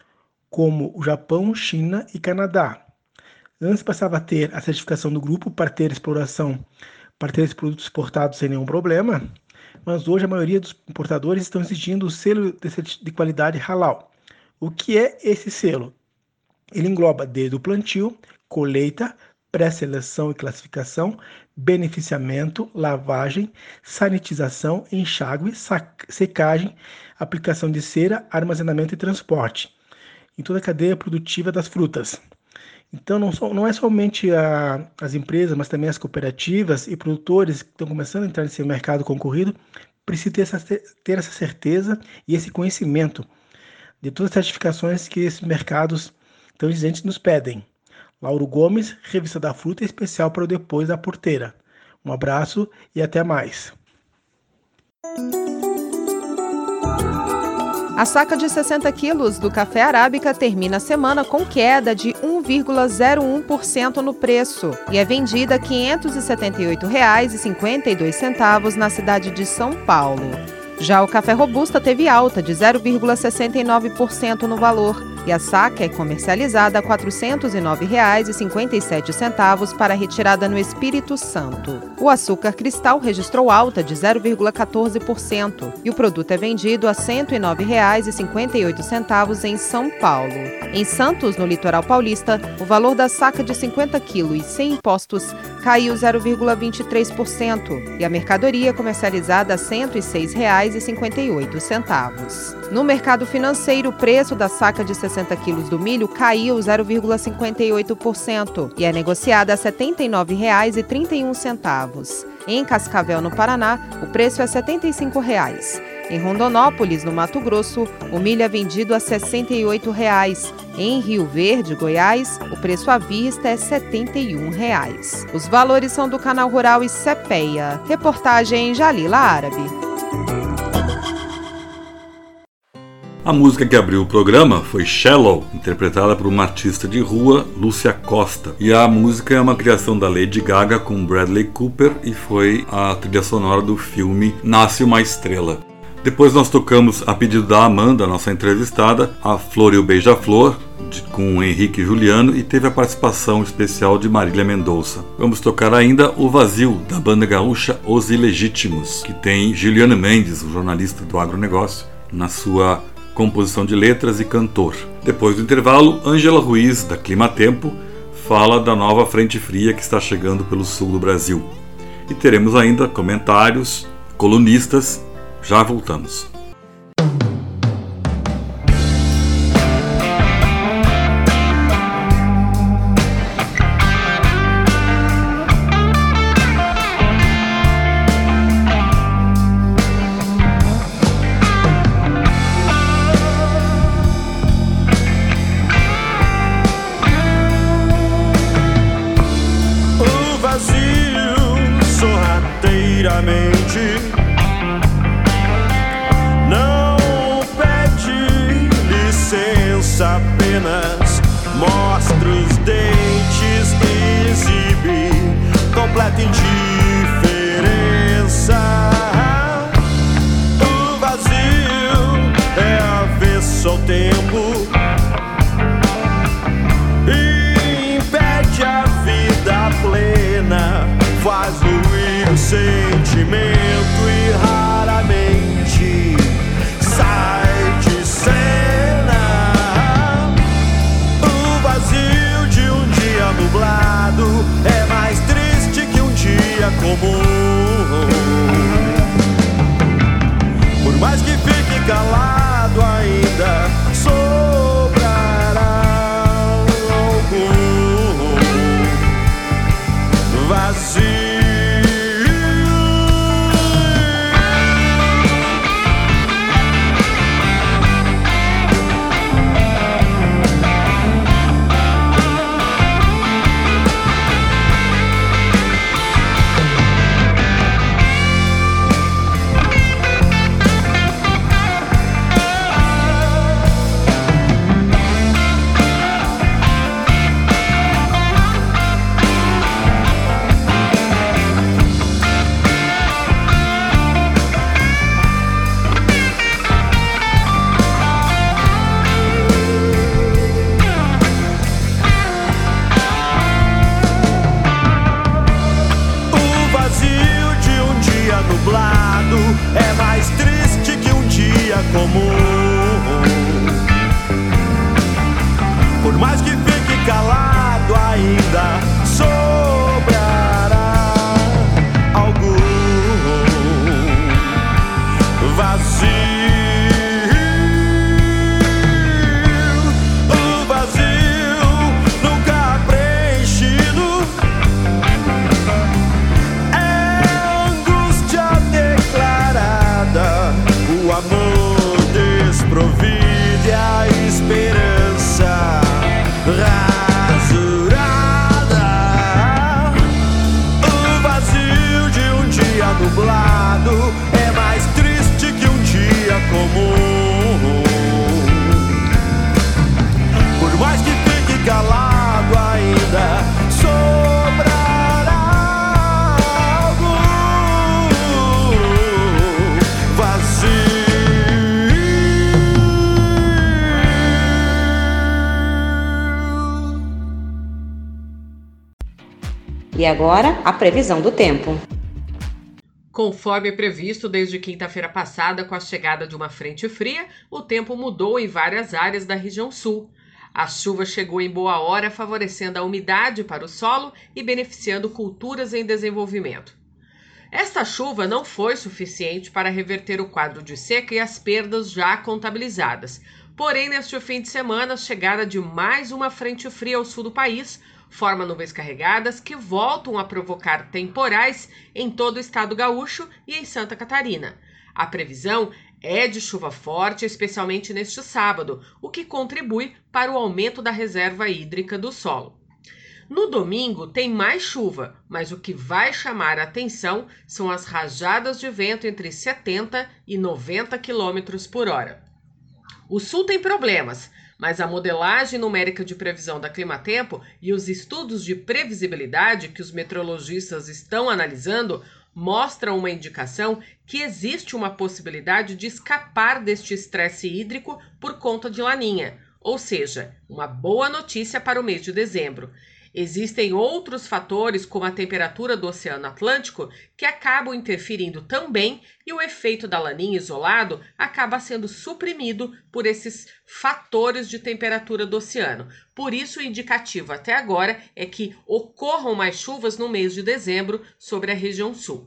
como o Japão, China e Canadá. Antes passava a ter a certificação do grupo para ter exploração, para ter esses produtos exportados sem nenhum problema, mas hoje a maioria dos importadores estão exigindo o selo de qualidade halal. O que é esse selo? Ele engloba desde o plantio, colheita, pré-seleção e classificação, beneficiamento, lavagem, sanitização, enxágue, secagem, aplicação de cera, armazenamento e transporte, em toda a cadeia produtiva das frutas. Então não é somente as empresas, mas também as cooperativas e produtores que estão começando a entrar nesse mercado concorrido, precisam ter essa certeza e esse conhecimento de todas as certificações que esses mercados tão exigentes nos pedem. Lauro Gomes, Revista da Fruta, especial para o Depois da Porteira. Um abraço e até mais. A saca de 60 quilos do café arábica termina a semana com queda de 1,01% no preço e é vendida R$ 578,52 na cidade de São Paulo. Já o café robusta teve alta de 0,69% no valor e a saca é comercializada a R$ 409,57 para retirada no Espírito Santo. O açúcar cristal registrou alta de 0,14% e o produto é vendido a R$ 109,58 em São Paulo. Em Santos, no litoral paulista, o valor da saca de 50 kg e sem impostos caiu 0,23% e a mercadoria comercializada a R$ 106,58. No mercado financeiro, o preço da saca de 60 quilos do milho caiu 0,58% e é negociada a R$ 79,31. Em Cascavel, no Paraná, o preço é R$ 75. Em Rondonópolis, no Mato Grosso, o milho é vendido a R$ 68. Em Rio Verde, Goiás, o preço à vista é R$ 71. Os valores são do Canal Rural e CPEA. Reportagem Jalila Árabe. A música que abriu o programa foi Shallow, interpretada por uma artista de rua, Lúcia Costa. E a música é uma criação da Lady Gaga com Bradley Cooper e foi a trilha sonora do filme Nasce uma Estrela. Depois nós tocamos, a pedido da Amanda, nossa entrevistada, a Flor e o Beija-Flor, com o Henrique Juliano, e teve a participação especial de Marília Mendonça. Vamos tocar ainda O Vazio, da banda gaúcha Os Ilegítimos, que tem Juliano Mendes, o jornalista do agronegócio, na sua composição de letras e cantor. Depois do intervalo, Ângela Ruiz, da Climatempo, fala da nova frente fria que está chegando pelo sul do Brasil. E teremos ainda comentários, colunistas. Já voltamos. O vazio sorrateiramente apenas mostra os dentes e exibe completa indiferença. O vazio é avesso ao tempo e impede a vida plena, faz fluir o sentimento e raramente sai de cena. Nublado é mais triste que um dia comum. Por mais que fique calado, ainda sobrará algum vazio. É mais triste que um dia comum. Por mais que fique calado, ainda sobrará algum vazio. O vazio nunca preenchido o amor desprovido e a esperança rasurada. O vazio de um dia nublado é mais triste que um dia comum. Por mais que fique calado, ainda sobrará algum vazio. E agora, a previsão do tempo. Conforme previsto desde quinta-feira passada, com a chegada de uma frente fria, o tempo mudou em várias áreas da região sul. A chuva chegou em boa hora, favorecendo a umidade para o solo e beneficiando culturas em desenvolvimento. Esta chuva não foi suficiente para reverter o quadro de seca e as perdas já contabilizadas. Porém, neste fim de semana, a chegada de mais uma frente fria ao sul do país forma nuvens carregadas que voltam a provocar temporais em todo o estado gaúcho e em Santa Catarina. A previsão é de chuva forte, especialmente neste sábado, o que contribui para o aumento da reserva hídrica do solo. No domingo tem mais chuva, mas o que vai chamar a atenção são as rajadas de vento entre 70 e 90 km por hora. O sul tem problemas, mas a modelagem numérica de previsão da Climatempo e os estudos de previsibilidade que os meteorologistas estão analisando mostram uma indicação que existe uma possibilidade de escapar deste estresse hídrico por conta de Laninha, ou seja, uma boa notícia para o mês de dezembro. Existem outros fatores, como a temperatura do Oceano Atlântico, que acabam interferindo também e o efeito da Laninha isolado acaba sendo suprimido por esses fatores de temperatura do oceano. Por isso, o indicativo até agora é que ocorram mais chuvas no mês de dezembro sobre a região sul.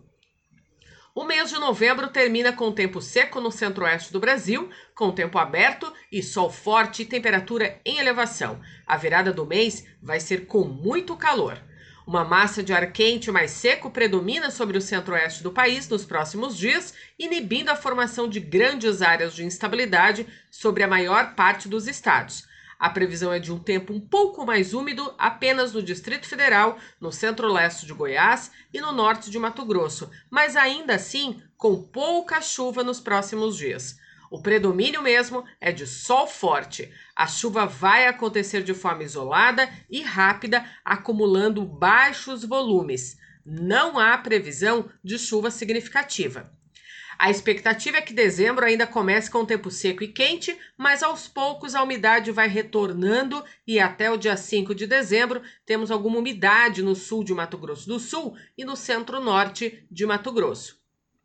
O mês de novembro termina com tempo seco no centro-oeste do Brasil, com tempo aberto e sol forte e temperatura em elevação. A virada do mês vai ser com muito calor. Uma massa de ar quente mais seco predomina sobre o centro-oeste do país nos próximos dias, inibindo a formação de grandes áreas de instabilidade sobre a maior parte dos estados. A previsão é de um tempo um pouco mais úmido apenas no Distrito Federal, no centro-leste de Goiás e no norte de Mato Grosso, mas ainda assim com pouca chuva nos próximos dias. O predomínio mesmo é de sol forte. A chuva vai acontecer de forma isolada e rápida, acumulando baixos volumes. Não há previsão de chuva significativa. A expectativa é que dezembro ainda comece com tempo seco e quente, mas aos poucos a umidade vai retornando e até o dia 5 de dezembro temos alguma umidade no sul de Mato Grosso do Sul e no centro-norte de Mato Grosso.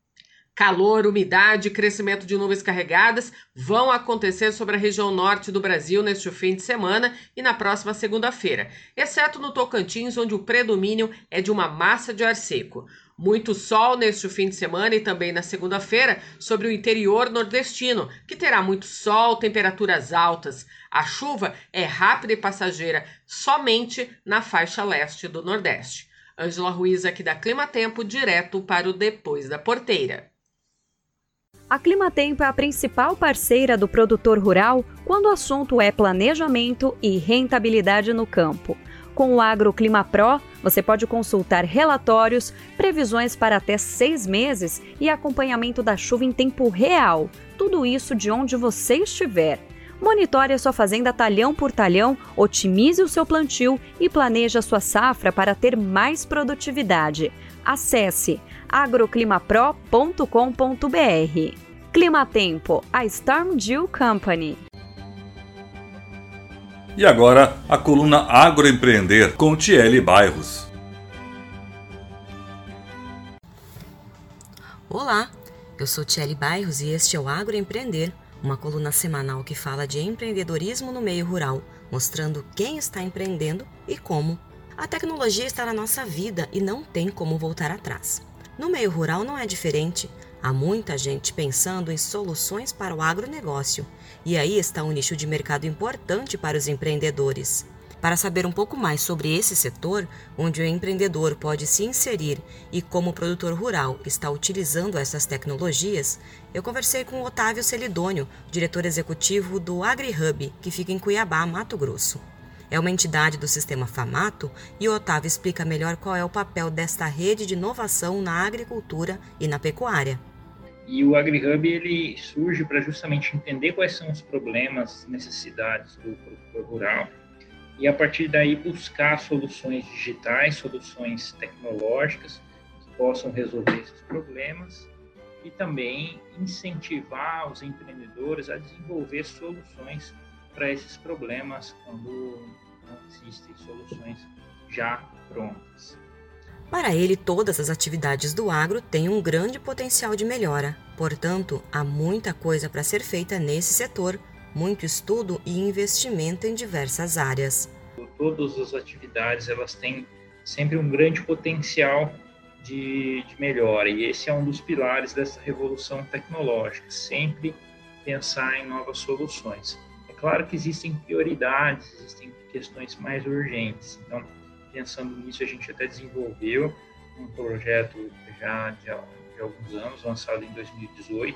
Calor, umidade e crescimento de nuvens carregadas vão acontecer sobre a região norte do Brasil neste fim de semana e na próxima segunda-feira, exceto no Tocantins, onde o predomínio é de uma massa de ar seco. Muito sol neste fim de semana e também na segunda-feira sobre o interior nordestino, que terá muito sol, temperaturas altas. A chuva é rápida e passageira somente na faixa leste do Nordeste. Ângela Ruiz aqui da Climatempo, direto para o Depois da Porteira. A Climatempo é a principal parceira do produtor rural quando o assunto é planejamento e rentabilidade no campo. Com o AgroClima Pro, você pode consultar relatórios, previsões para até 6 meses e acompanhamento da chuva em tempo real. Tudo isso de onde você estiver. Monitore a sua fazenda talhão por talhão, otimize o seu plantio e planeje a sua safra para ter mais produtividade. Acesse agroclimapro.com.br. Climatempo, a Storm Dew Company. E agora, a coluna Agroempreender com Thiele Bairros. Olá, eu sou Thiele Bairros e este é o Agroempreender, uma coluna semanal que fala de empreendedorismo no meio rural, mostrando quem está empreendendo e como. A tecnologia está na nossa vida e não tem como voltar atrás. No meio rural não é diferente. Há muita gente pensando em soluções para o agronegócio. E aí está um nicho de mercado importante para os empreendedores. Para saber um pouco mais sobre esse setor, onde o empreendedor pode se inserir e como o produtor rural está utilizando essas tecnologias, eu conversei com o Otávio Celidônio, diretor executivo do AgriHub, que fica em Cuiabá, Mato Grosso. É uma entidade do sistema FAMATO e o Otávio explica melhor qual é o papel desta rede de inovação na agricultura e na pecuária. E o AgriHub ele surge para justamente entender quais são os problemas, necessidades do produtor rural e a partir daí buscar soluções digitais, soluções tecnológicas que possam resolver esses problemas e também incentivar os empreendedores a desenvolver soluções para esses problemas quando não existem soluções já prontas. Para ele, todas as atividades do agro têm um grande potencial de melhora. Portanto, há muita coisa para ser feita nesse setor, muito estudo e investimento em diversas áreas. Todas as atividades elas têm sempre um grande potencial de melhora e esse é um dos pilares dessa revolução tecnológica, sempre pensar em novas soluções. É claro que existem prioridades, existem questões mais urgentes, então pensando nisso, a gente até desenvolveu um projeto já de alguns anos, lançado em 2018,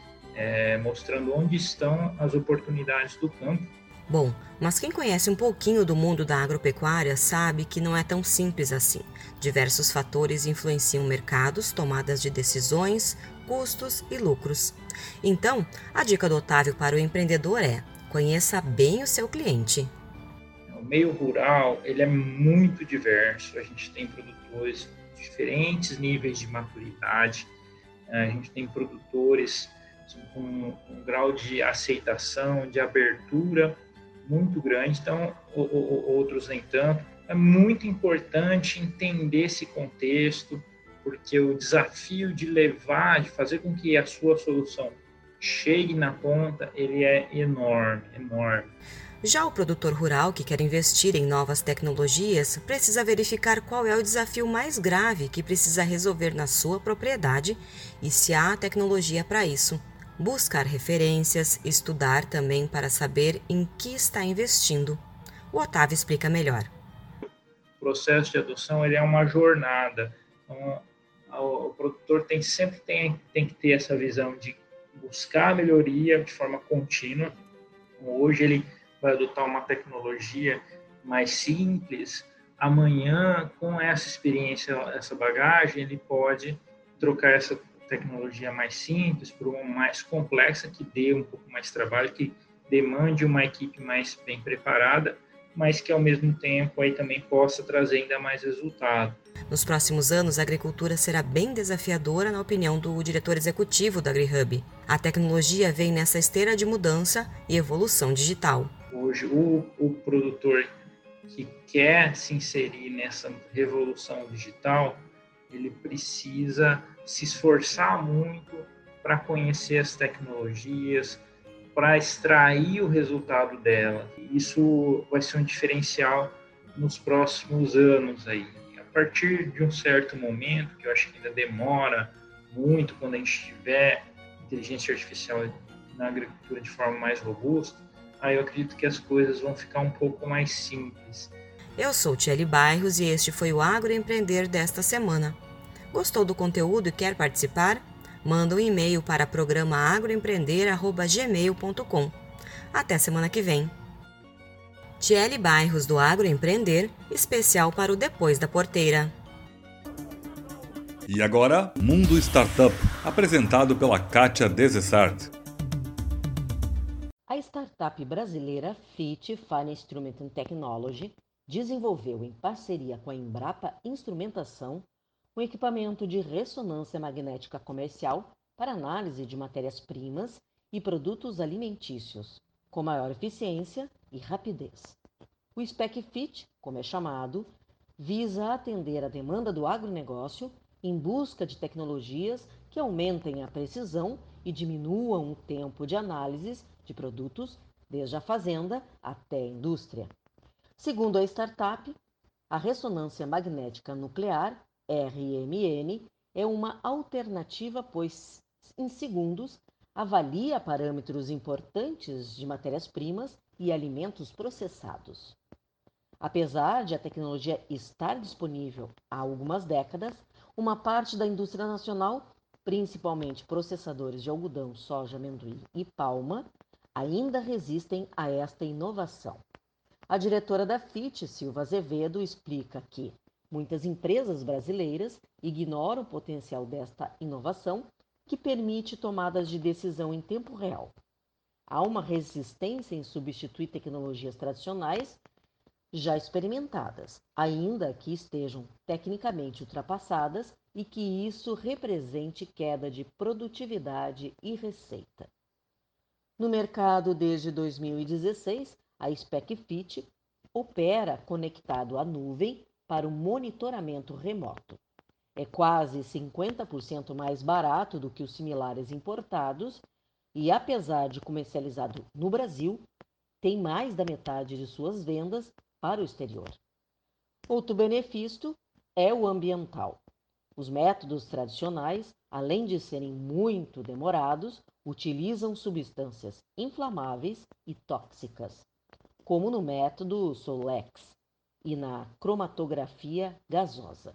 mostrando onde estão as oportunidades do campo. Bom, mas quem conhece um pouquinho do mundo da agropecuária sabe que não é tão simples assim. Diversos fatores influenciam mercados, tomadas de decisões, custos e lucros. Então, a dica do Otávio para o empreendedor é: conheça bem o seu cliente. O meio rural ele é muito diverso, a gente tem produtores de diferentes níveis de maturidade. A gente tem produtores com um grau de aceitação, de abertura muito grande, então outros nem tanto. É muito importante entender esse contexto, porque o desafio de fazer com que a sua solução chegue na ponta, ele é enorme. Já o produtor rural que quer investir em novas tecnologias precisa verificar qual é o desafio mais grave que precisa resolver na sua propriedade e se há tecnologia para isso. Buscar referências, estudar também para saber em que está investindo. O Otávio explica melhor. O processo de adoção ele é uma jornada. Então, o produtor sempre tem que ter essa visão de buscar a melhoria de forma contínua. Hoje ele vai adotar uma tecnologia mais simples. Amanhã, com essa experiência, essa bagagem, ele pode trocar essa tecnologia mais simples por uma mais complexa, que dê um pouco mais trabalho, que demande uma equipe mais bem preparada, mas que ao mesmo tempo aí também possa trazer ainda mais resultado. Nos próximos anos, a agricultura será bem desafiadora, na opinião do diretor executivo da AgriHub. A tecnologia vem nessa esteira de mudança e evolução digital. Hoje, o produtor que quer se inserir nessa revolução digital, ele precisa se esforçar muito para conhecer as tecnologias, para extrair o resultado dela. Isso vai ser um diferencial nos próximos anos aí. A partir de um certo momento, que eu acho que ainda demora muito, quando a gente tiver inteligência artificial na agricultura de forma mais robusta, aí eu acredito que as coisas vão ficar um pouco mais simples. Eu sou Tiele Bairros e este foi o Agroempreender desta semana. Gostou do conteúdo e quer participar? Manda um e-mail para programa@agroempreender@gmail.com. Até semana que vem. Tiele Bairros do Agroempreender, especial para o Depois da Porteira. E agora, Mundo Startup, apresentado pela Kátia Desessart. A startup brasileira FIT, Fine Instrument and Technology, desenvolveu em parceria com a Embrapa Instrumentação um equipamento de ressonância magnética comercial para análise de matérias-primas e produtos alimentícios, com maior eficiência e rapidez. O Spec Fit, como é chamado, visa atender a demanda do agronegócio em busca de tecnologias que aumentem a precisão e diminuam o tempo de análises de produtos, desde a fazenda até a indústria. Segundo a startup, a ressonância magnética nuclear, RMN, é uma alternativa, pois em segundos avalia parâmetros importantes de matérias-primas e alimentos processados. Apesar de a tecnologia estar disponível há algumas décadas, uma parte da indústria nacional, principalmente processadores de algodão, soja, amendoim e palma, ainda resistem a esta inovação. A diretora da FIT, Silva Azevedo, explica que muitas empresas brasileiras ignoram o potencial desta inovação, que permite tomadas de decisão em tempo real. Há uma resistência em substituir tecnologias tradicionais já experimentadas, ainda que estejam tecnicamente ultrapassadas e que isso represente queda de produtividade e receita. No mercado desde 2016, a Spec Fit opera conectado à nuvem para o monitoramento remoto. É quase 50% mais barato do que os similares importados e, apesar de comercializado no Brasil, tem mais da metade de suas vendas para o exterior. Outro benefício é o ambiental. Os métodos tradicionais, além de serem muito demorados, utilizam substâncias inflamáveis e tóxicas, como no método Solex e na cromatografia gasosa.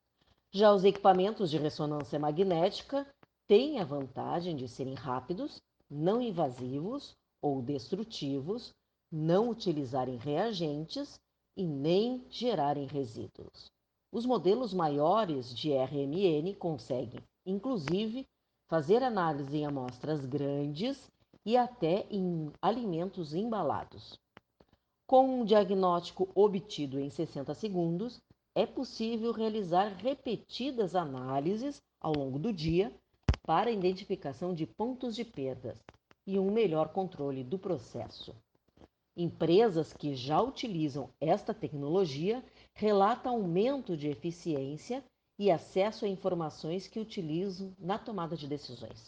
Já os equipamentos de ressonância magnética têm a vantagem de serem rápidos, não invasivos ou destrutivos, não utilizarem reagentes e nem gerarem resíduos. Os modelos maiores de RMN conseguem, inclusive, fazer análise em amostras grandes e até em alimentos embalados. Com um diagnóstico obtido em 60 segundos, é possível realizar repetidas análises ao longo do dia para a identificação de pontos de perdas e um melhor controle do processo. Empresas que já utilizam esta tecnologia relatam aumento de eficiência e acesso a informações que utilizam na tomada de decisões,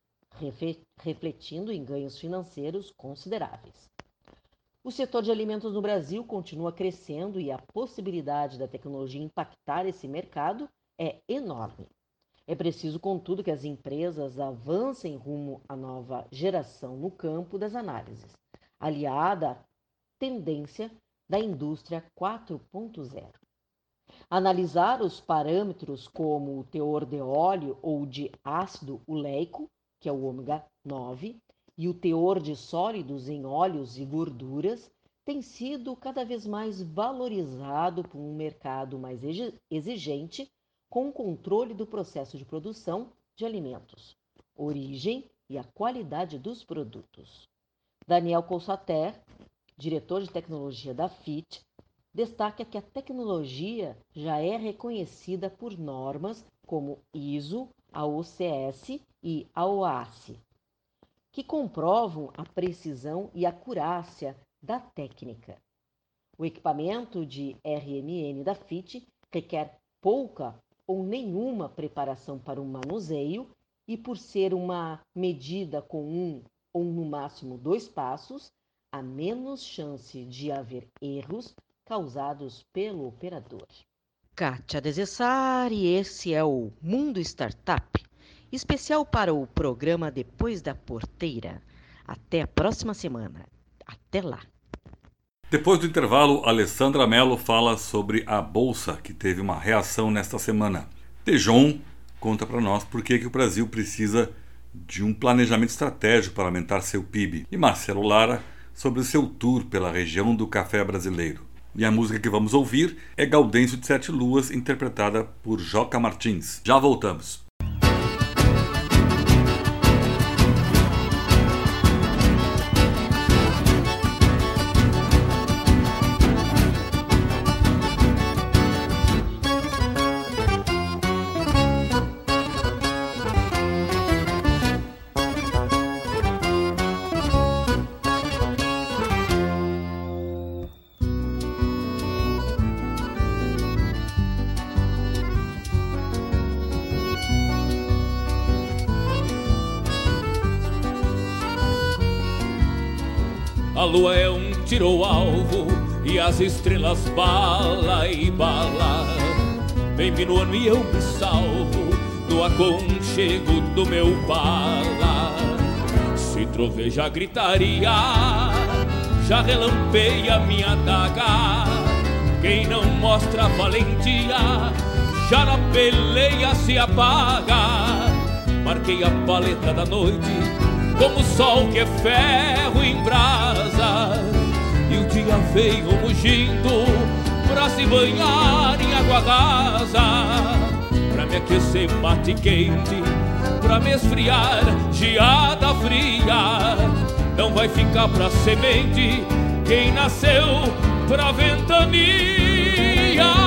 refletindo em ganhos financeiros consideráveis. O setor de alimentos no Brasil continua crescendo e a possibilidade da tecnologia impactar esse mercado é enorme. É preciso, contudo, que as empresas avancem rumo à nova geração no campo das análises, aliada à tendência da indústria 4.0. Analisar os parâmetros como o teor de óleo ou de ácido oleico, que é o ômega 9, e o teor de sólidos em óleos e gorduras tem sido cada vez mais valorizado por um mercado mais exigente com o controle do processo de produção de alimentos, origem e a qualidade dos produtos. Daniel Colsater, diretor de tecnologia da FIT, destaca que a tecnologia já é reconhecida por normas como ISO, a OCS e a OASI, que comprovam a precisão e acurácia da técnica. O equipamento de RMN da FIT requer pouca ou nenhuma preparação para o manuseio e, por ser uma medida com um ou no máximo 2 passos, há menos chance de haver erros causados pelo operador. Kátia Desessari, esse é o Mundo Startup, especial para o programa Depois da Porteira. Até a próxima semana. Até lá. Depois do intervalo, Alessandra Mello fala sobre a Bolsa, que teve uma reação nesta semana. Tejon conta para nós por que o Brasil precisa de um planejamento estratégico para aumentar seu PIB. E Marcelo Lara sobre o seu tour pela região do café brasileiro. E a música que vamos ouvir é Gaudêncio de Sete Luas, interpretada por Joca Martins. Já voltamos. A lua é um tiro ao alvo e as estrelas bala e bala. Vem minuano e eu me salvo no aconchego do meu bala. Se troveja a gritaria, já relampeia minha daga. Quem não mostra valentia, já na peleia se apaga. Marquei a paleta da noite como o sol que é ferro em brasa. E o dia veio mugindo pra se banhar em água rasa, pra me aquecer mate quente, pra me esfriar geada fria. Não vai ficar pra semente quem nasceu pra ventania.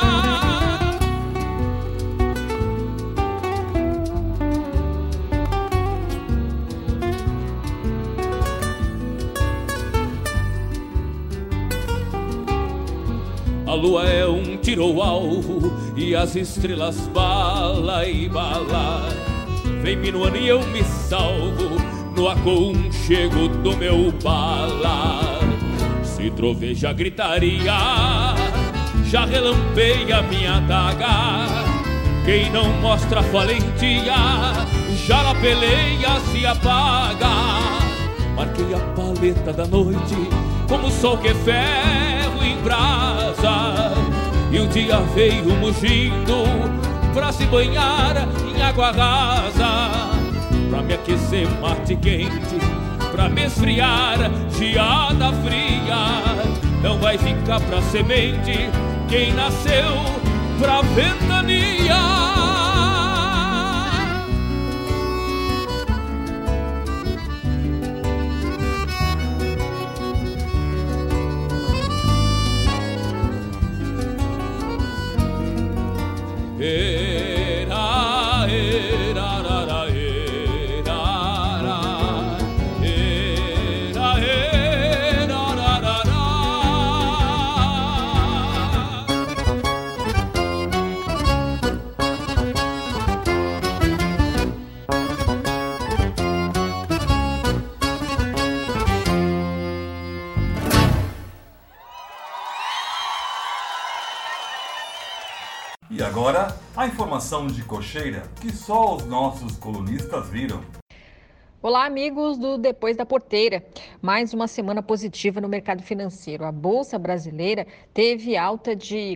A lua é um tiro ao alvo e as estrelas bala e bala. Vem minuano e eu me salvo no aconchego do meu bala. Se troveja a gritaria, já relampeia minha daga. Quem não mostra valentia, já na peleia se apaga. Marquei a paleta da noite como o sol que é ferro em brasa. E o dia veio mugindo pra se banhar em água rasa, pra me aquecer mate quente, pra me esfriar geada fria. Não vai ficar pra semente quem nasceu pra ventania. agora, a informação de cocheira que só os nossos colunistas viram. Olá, amigos do Depois da Porteira. Mais uma semana positiva no mercado financeiro. A Bolsa Brasileira teve alta de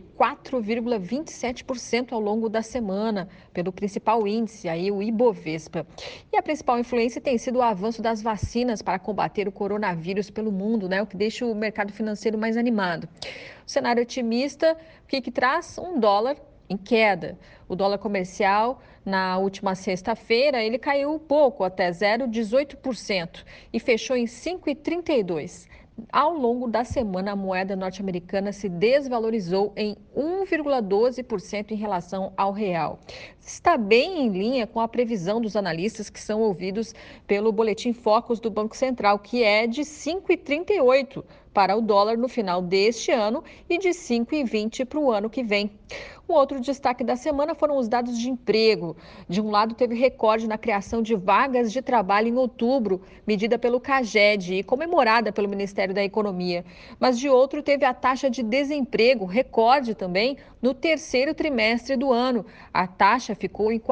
4,27% ao longo da semana, pelo principal índice, aí, o Ibovespa. E a principal influência tem sido o avanço das vacinas para combater o coronavírus pelo mundo, né? O que deixa o mercado financeiro mais animado. O cenário otimista, o que traz? Um dólar em queda. O dólar comercial, na última sexta-feira, ele caiu pouco, até 0,18%, e fechou em 5,32. Ao longo da semana, a moeda norte-americana se desvalorizou em 1,12% em relação ao real. Está bem em linha com a previsão dos analistas que são ouvidos pelo Boletim Focus do Banco Central, que é de 5,38 para o dólar no final deste ano e de 5,20 para o ano que vem. Um outro destaque da semana foram os dados de emprego. De um lado, teve recorde na criação de vagas de trabalho em outubro, medida pelo CAGED e comemorada pelo Ministério da Economia. Mas de outro, teve a taxa de desemprego, recorde também, no terceiro trimestre do ano. A taxa ficou em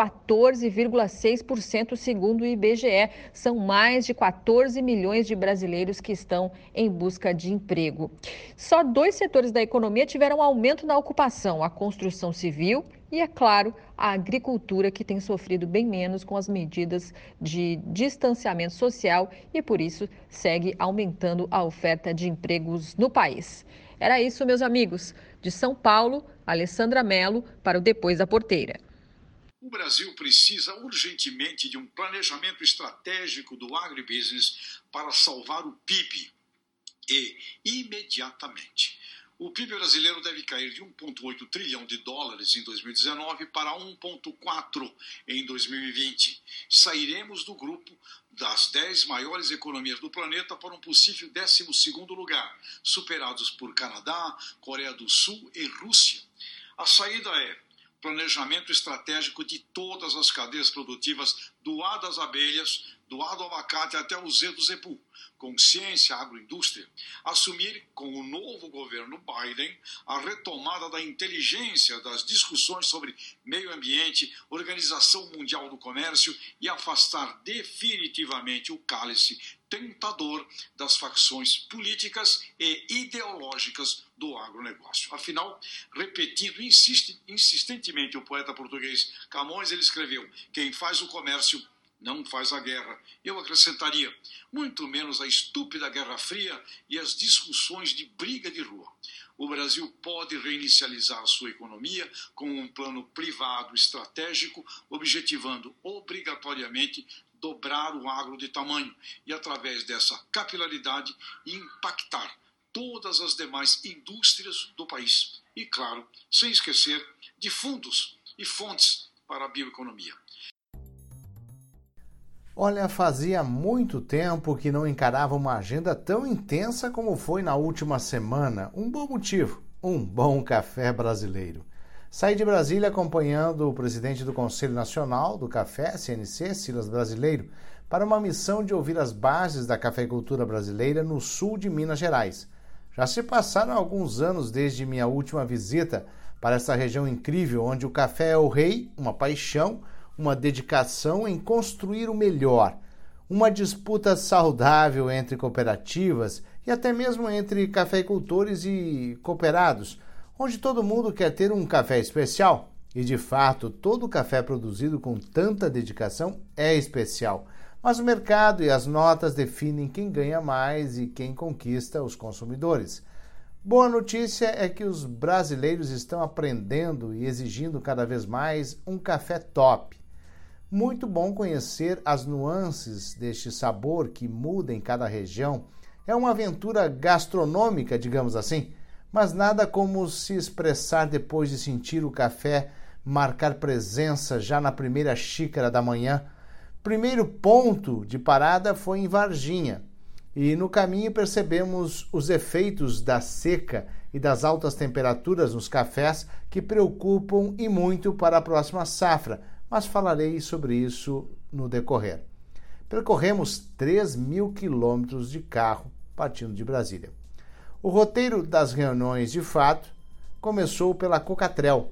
14,6% segundo o IBGE. São mais de 14 milhões de brasileiros que estão em busca de emprego. Só 2 setores da economia tiveram aumento na ocupação: a construção civil e, é claro, a agricultura, que tem sofrido bem menos com as medidas de distanciamento social e, por isso, segue aumentando a oferta de empregos no país. Era isso, meus amigos. De São Paulo, Alessandra Mello para o Depois da Porteira. O Brasil precisa urgentemente de um planejamento estratégico do agribusiness para salvar o PIB e imediatamente. O PIB brasileiro deve cair de 1,8 trilhão de dólares em 2019 para 1,4 em 2020. Sairemos do grupo das 10 maiores economias do planeta para um possível 12º lugar, superados por Canadá, Coreia do Sul e Rússia. A saída é planejamento estratégico de todas as cadeias produtivas, do A das abelhas, do A do abacate até o Z do zebu, consciência, agroindústria, assumir com o novo governo Biden a retomada da inteligência das discussões sobre meio ambiente, Organização Mundial do Comércio e afastar definitivamente o cálice tentador das facções políticas e ideológicas do agronegócio. Afinal, repetindo insistentemente o poeta português Camões, ele escreveu: quem faz o comércio não faz a guerra. Eu acrescentaria, muito menos a estúpida Guerra Fria e as discussões de briga de rua. O Brasil pode reinicializar sua economia com um plano privado estratégico, objetivando obrigatoriamente dobrar o agro de tamanho e, através dessa capilaridade, impactar todas as demais indústrias do país. E, claro, sem esquecer de fundos e fontes para a bioeconomia. Olha, fazia muito tempo que não encarava uma agenda tão intensa como foi na última semana. Um bom motivo, um bom café brasileiro. Saí de Brasília acompanhando o presidente do Conselho Nacional do Café, CNC, Silas Brasileiro, para uma missão de ouvir as bases da cafeicultura brasileira no sul de Minas Gerais. Já se passaram alguns anos desde minha última visita para essa região incrível, onde o café é o rei, uma paixão, uma dedicação em construir o melhor, uma disputa saudável entre cooperativas e até mesmo entre cafeicultores e cooperados, onde todo mundo quer ter um café especial. E, de fato, todo café produzido com tanta dedicação é especial. Mas o mercado e as notas definem quem ganha mais e quem conquista os consumidores. Boa notícia é que os brasileiros estão aprendendo e exigindo cada vez mais um café top. Muito bom conhecer as nuances deste sabor que muda em cada região. É uma aventura gastronômica, digamos assim, mas nada como se expressar depois de sentir o café marcar presença já na primeira xícara da manhã. Primeiro ponto de parada foi em Varginha, e no caminho percebemos os efeitos da seca e das altas temperaturas nos cafés que preocupam e muito para a próxima safra, mas falarei sobre isso no decorrer. Percorremos 3.000 quilômetros de carro partindo de Brasília. O roteiro das reuniões, de fato, começou pela Cocatrel.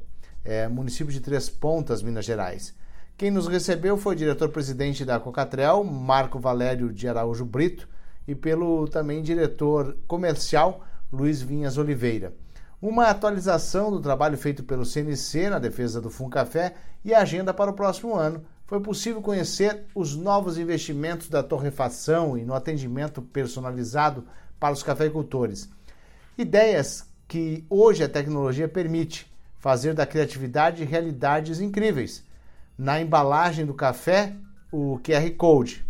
município de Três Pontas, Minas Gerais. Quem nos recebeu foi o diretor-presidente da Cocatrel, Marco Valério de Araújo Brito, e pelo também diretor comercial, Luiz Vinhas Oliveira. Uma atualização do trabalho feito pelo CNC na defesa do Funcafé e a agenda para o próximo ano. Foi possível conhecer os novos investimentos da torrefação e no atendimento personalizado para os cafeicultores. Ideias que hoje a tecnologia permite fazer da criatividade realidades incríveis. Na embalagem do café, o QR Code,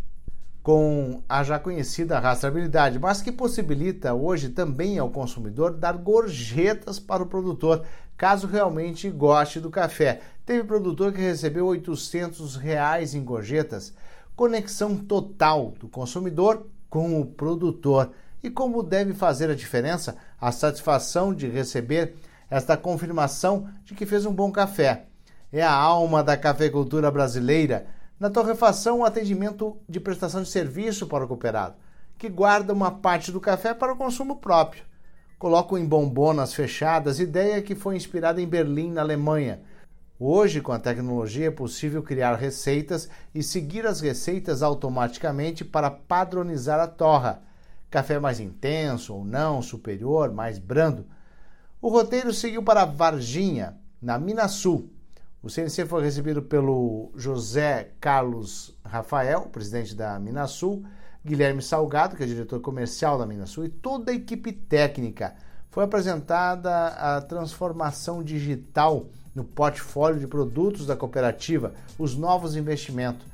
com a já conhecida rastreabilidade, mas que possibilita hoje também ao consumidor dar gorjetas para o produtor, caso realmente goste do café. Teve produtor que recebeu R$ 800 em gorjetas. Conexão total do consumidor com o produtor. E como deve fazer a diferença? A satisfação de receber esta confirmação de que fez um bom café. É a alma da cafeicultura brasileira. Na torrefação, o atendimento de prestação de serviço para o cooperado, que guarda uma parte do café para o consumo próprio. Colocam em bombonas fechadas, ideia que foi inspirada em Berlim, na Alemanha. Hoje, com a tecnologia, é possível criar receitas e seguir as receitas automaticamente para padronizar a torra. Café mais intenso ou não, superior, mais brando. O roteiro seguiu para Varginha, na Minasul. O CNC foi recebido pelo José Carlos Rafael, presidente da Minasul, Guilherme Salgado, que é diretor comercial da Minasul, e toda a equipe técnica. Foi apresentada a transformação digital no portfólio de produtos da cooperativa, os novos investimentos,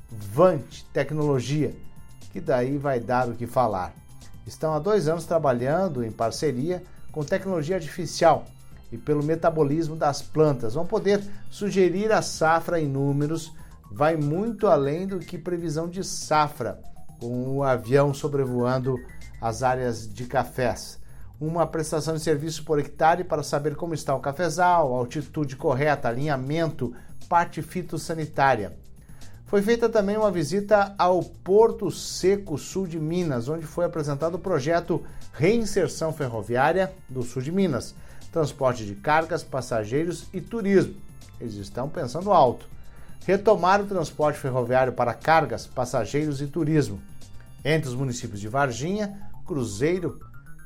Vant Tecnologia, que daí vai dar o que falar. Estão há 2 anos trabalhando em parceria com tecnologia artificial e pelo metabolismo das plantas. Vão poder sugerir a safra em números, vai muito além do que previsão de safra, com o avião sobrevoando as áreas de cafés. Uma prestação de serviço por hectare para saber como está o cafezal, altitude correta, alinhamento, parte fitossanitária. Foi feita também uma visita ao Porto Seco Sul de Minas, onde foi apresentado o projeto Reinserção Ferroviária do Sul de Minas, transporte de cargas, passageiros e turismo. Eles estão pensando alto. Retomar o transporte ferroviário para cargas, passageiros e turismo. Entre os municípios de Varginha, Cruzeiro,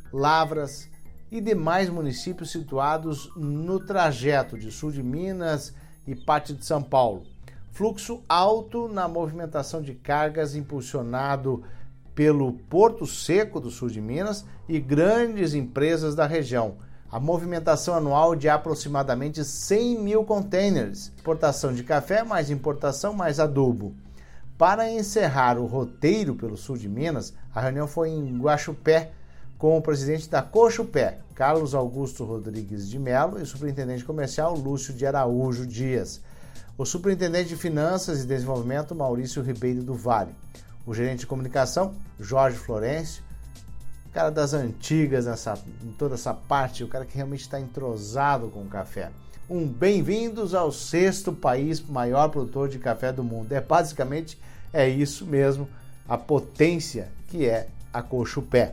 Lavras e demais municípios situados no trajeto de sul de Minas e parte de São Paulo. Fluxo alto na movimentação de cargas impulsionado pelo Porto Seco do sul de Minas e grandes empresas da região. A movimentação anual de aproximadamente 100 mil containers. Exportação de café, mais importação, mais adubo. Para encerrar o roteiro pelo sul de Minas, a reunião foi em Guaxupé, com o presidente da Cochupé, Carlos Augusto Rodrigues de Melo, e o superintendente comercial, Lúcio de Araújo Dias. O superintendente de Finanças e Desenvolvimento, Maurício Ribeiro do Vale. O gerente de comunicação, Jorge Florencio, o cara das antigas em toda essa parte, o cara que realmente está entrosado com o café. Bem-vindos ao 6º país maior produtor de café do mundo. Basicamente é isso mesmo, a potência que é a Cochupé.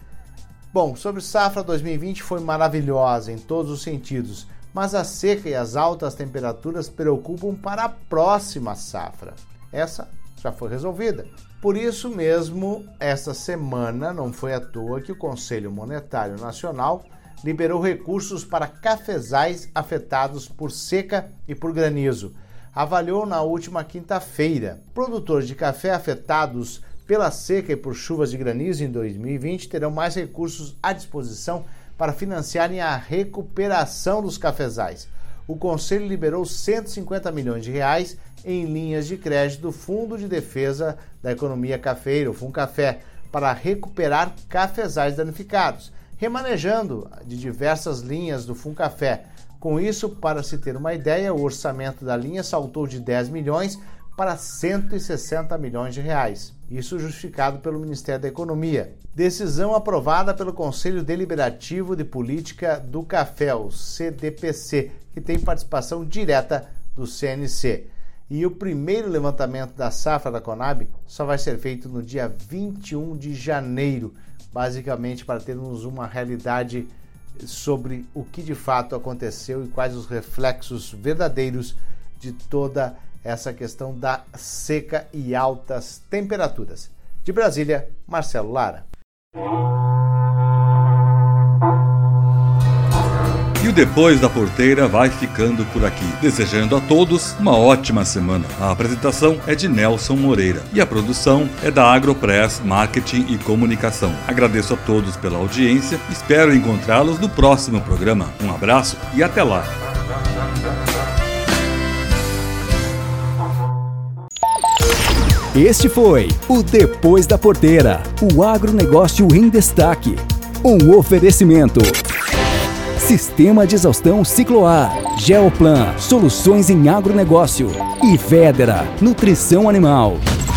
Bom, sobre safra 2020 foi maravilhosa em todos os sentidos, mas a seca e as altas temperaturas preocupam para a próxima safra. Essa já foi resolvida. Por isso mesmo, esta semana não foi à toa que o Conselho Monetário Nacional liberou recursos para cafezais afetados por seca e por granizo. Avaliou na última quinta-feira. Produtores de café afetados pela seca e por chuvas de granizo em 2020 terão mais recursos à disposição para financiarem a recuperação dos cafezais. O Conselho liberou 150 milhões de reais em linhas de crédito do Fundo de Defesa da Economia Cafeira, o Funcafé, para recuperar cafezais danificados, remanejando de diversas linhas do Funcafé. Com isso, para se ter uma ideia, o orçamento da linha saltou de 10 milhões para 160 milhões de reais. Isso justificado pelo Ministério da Economia. Decisão aprovada pelo Conselho Deliberativo de Política do Café, o CDPC, que tem participação direta do CNC. E o primeiro levantamento da safra da Conab só vai ser feito no dia 21 de janeiro, basicamente para termos uma realidade sobre o que de fato aconteceu e quais os reflexos verdadeiros de toda essa questão da seca e altas temperaturas. De Brasília, Marcelo Lara. E o Depois da Porteira vai ficando por aqui, desejando a todos uma ótima semana. A apresentação é de Nelson Moreira e a produção é da Agropress Marketing e Comunicação. Agradeço a todos pela audiência, espero encontrá-los no próximo programa. Um abraço e até lá! Este foi o Depois da Porteira, o agronegócio em destaque. Um oferecimento. Sistema de Exaustão Cicloar, Geoplan, soluções em agronegócio e Vedera, nutrição animal.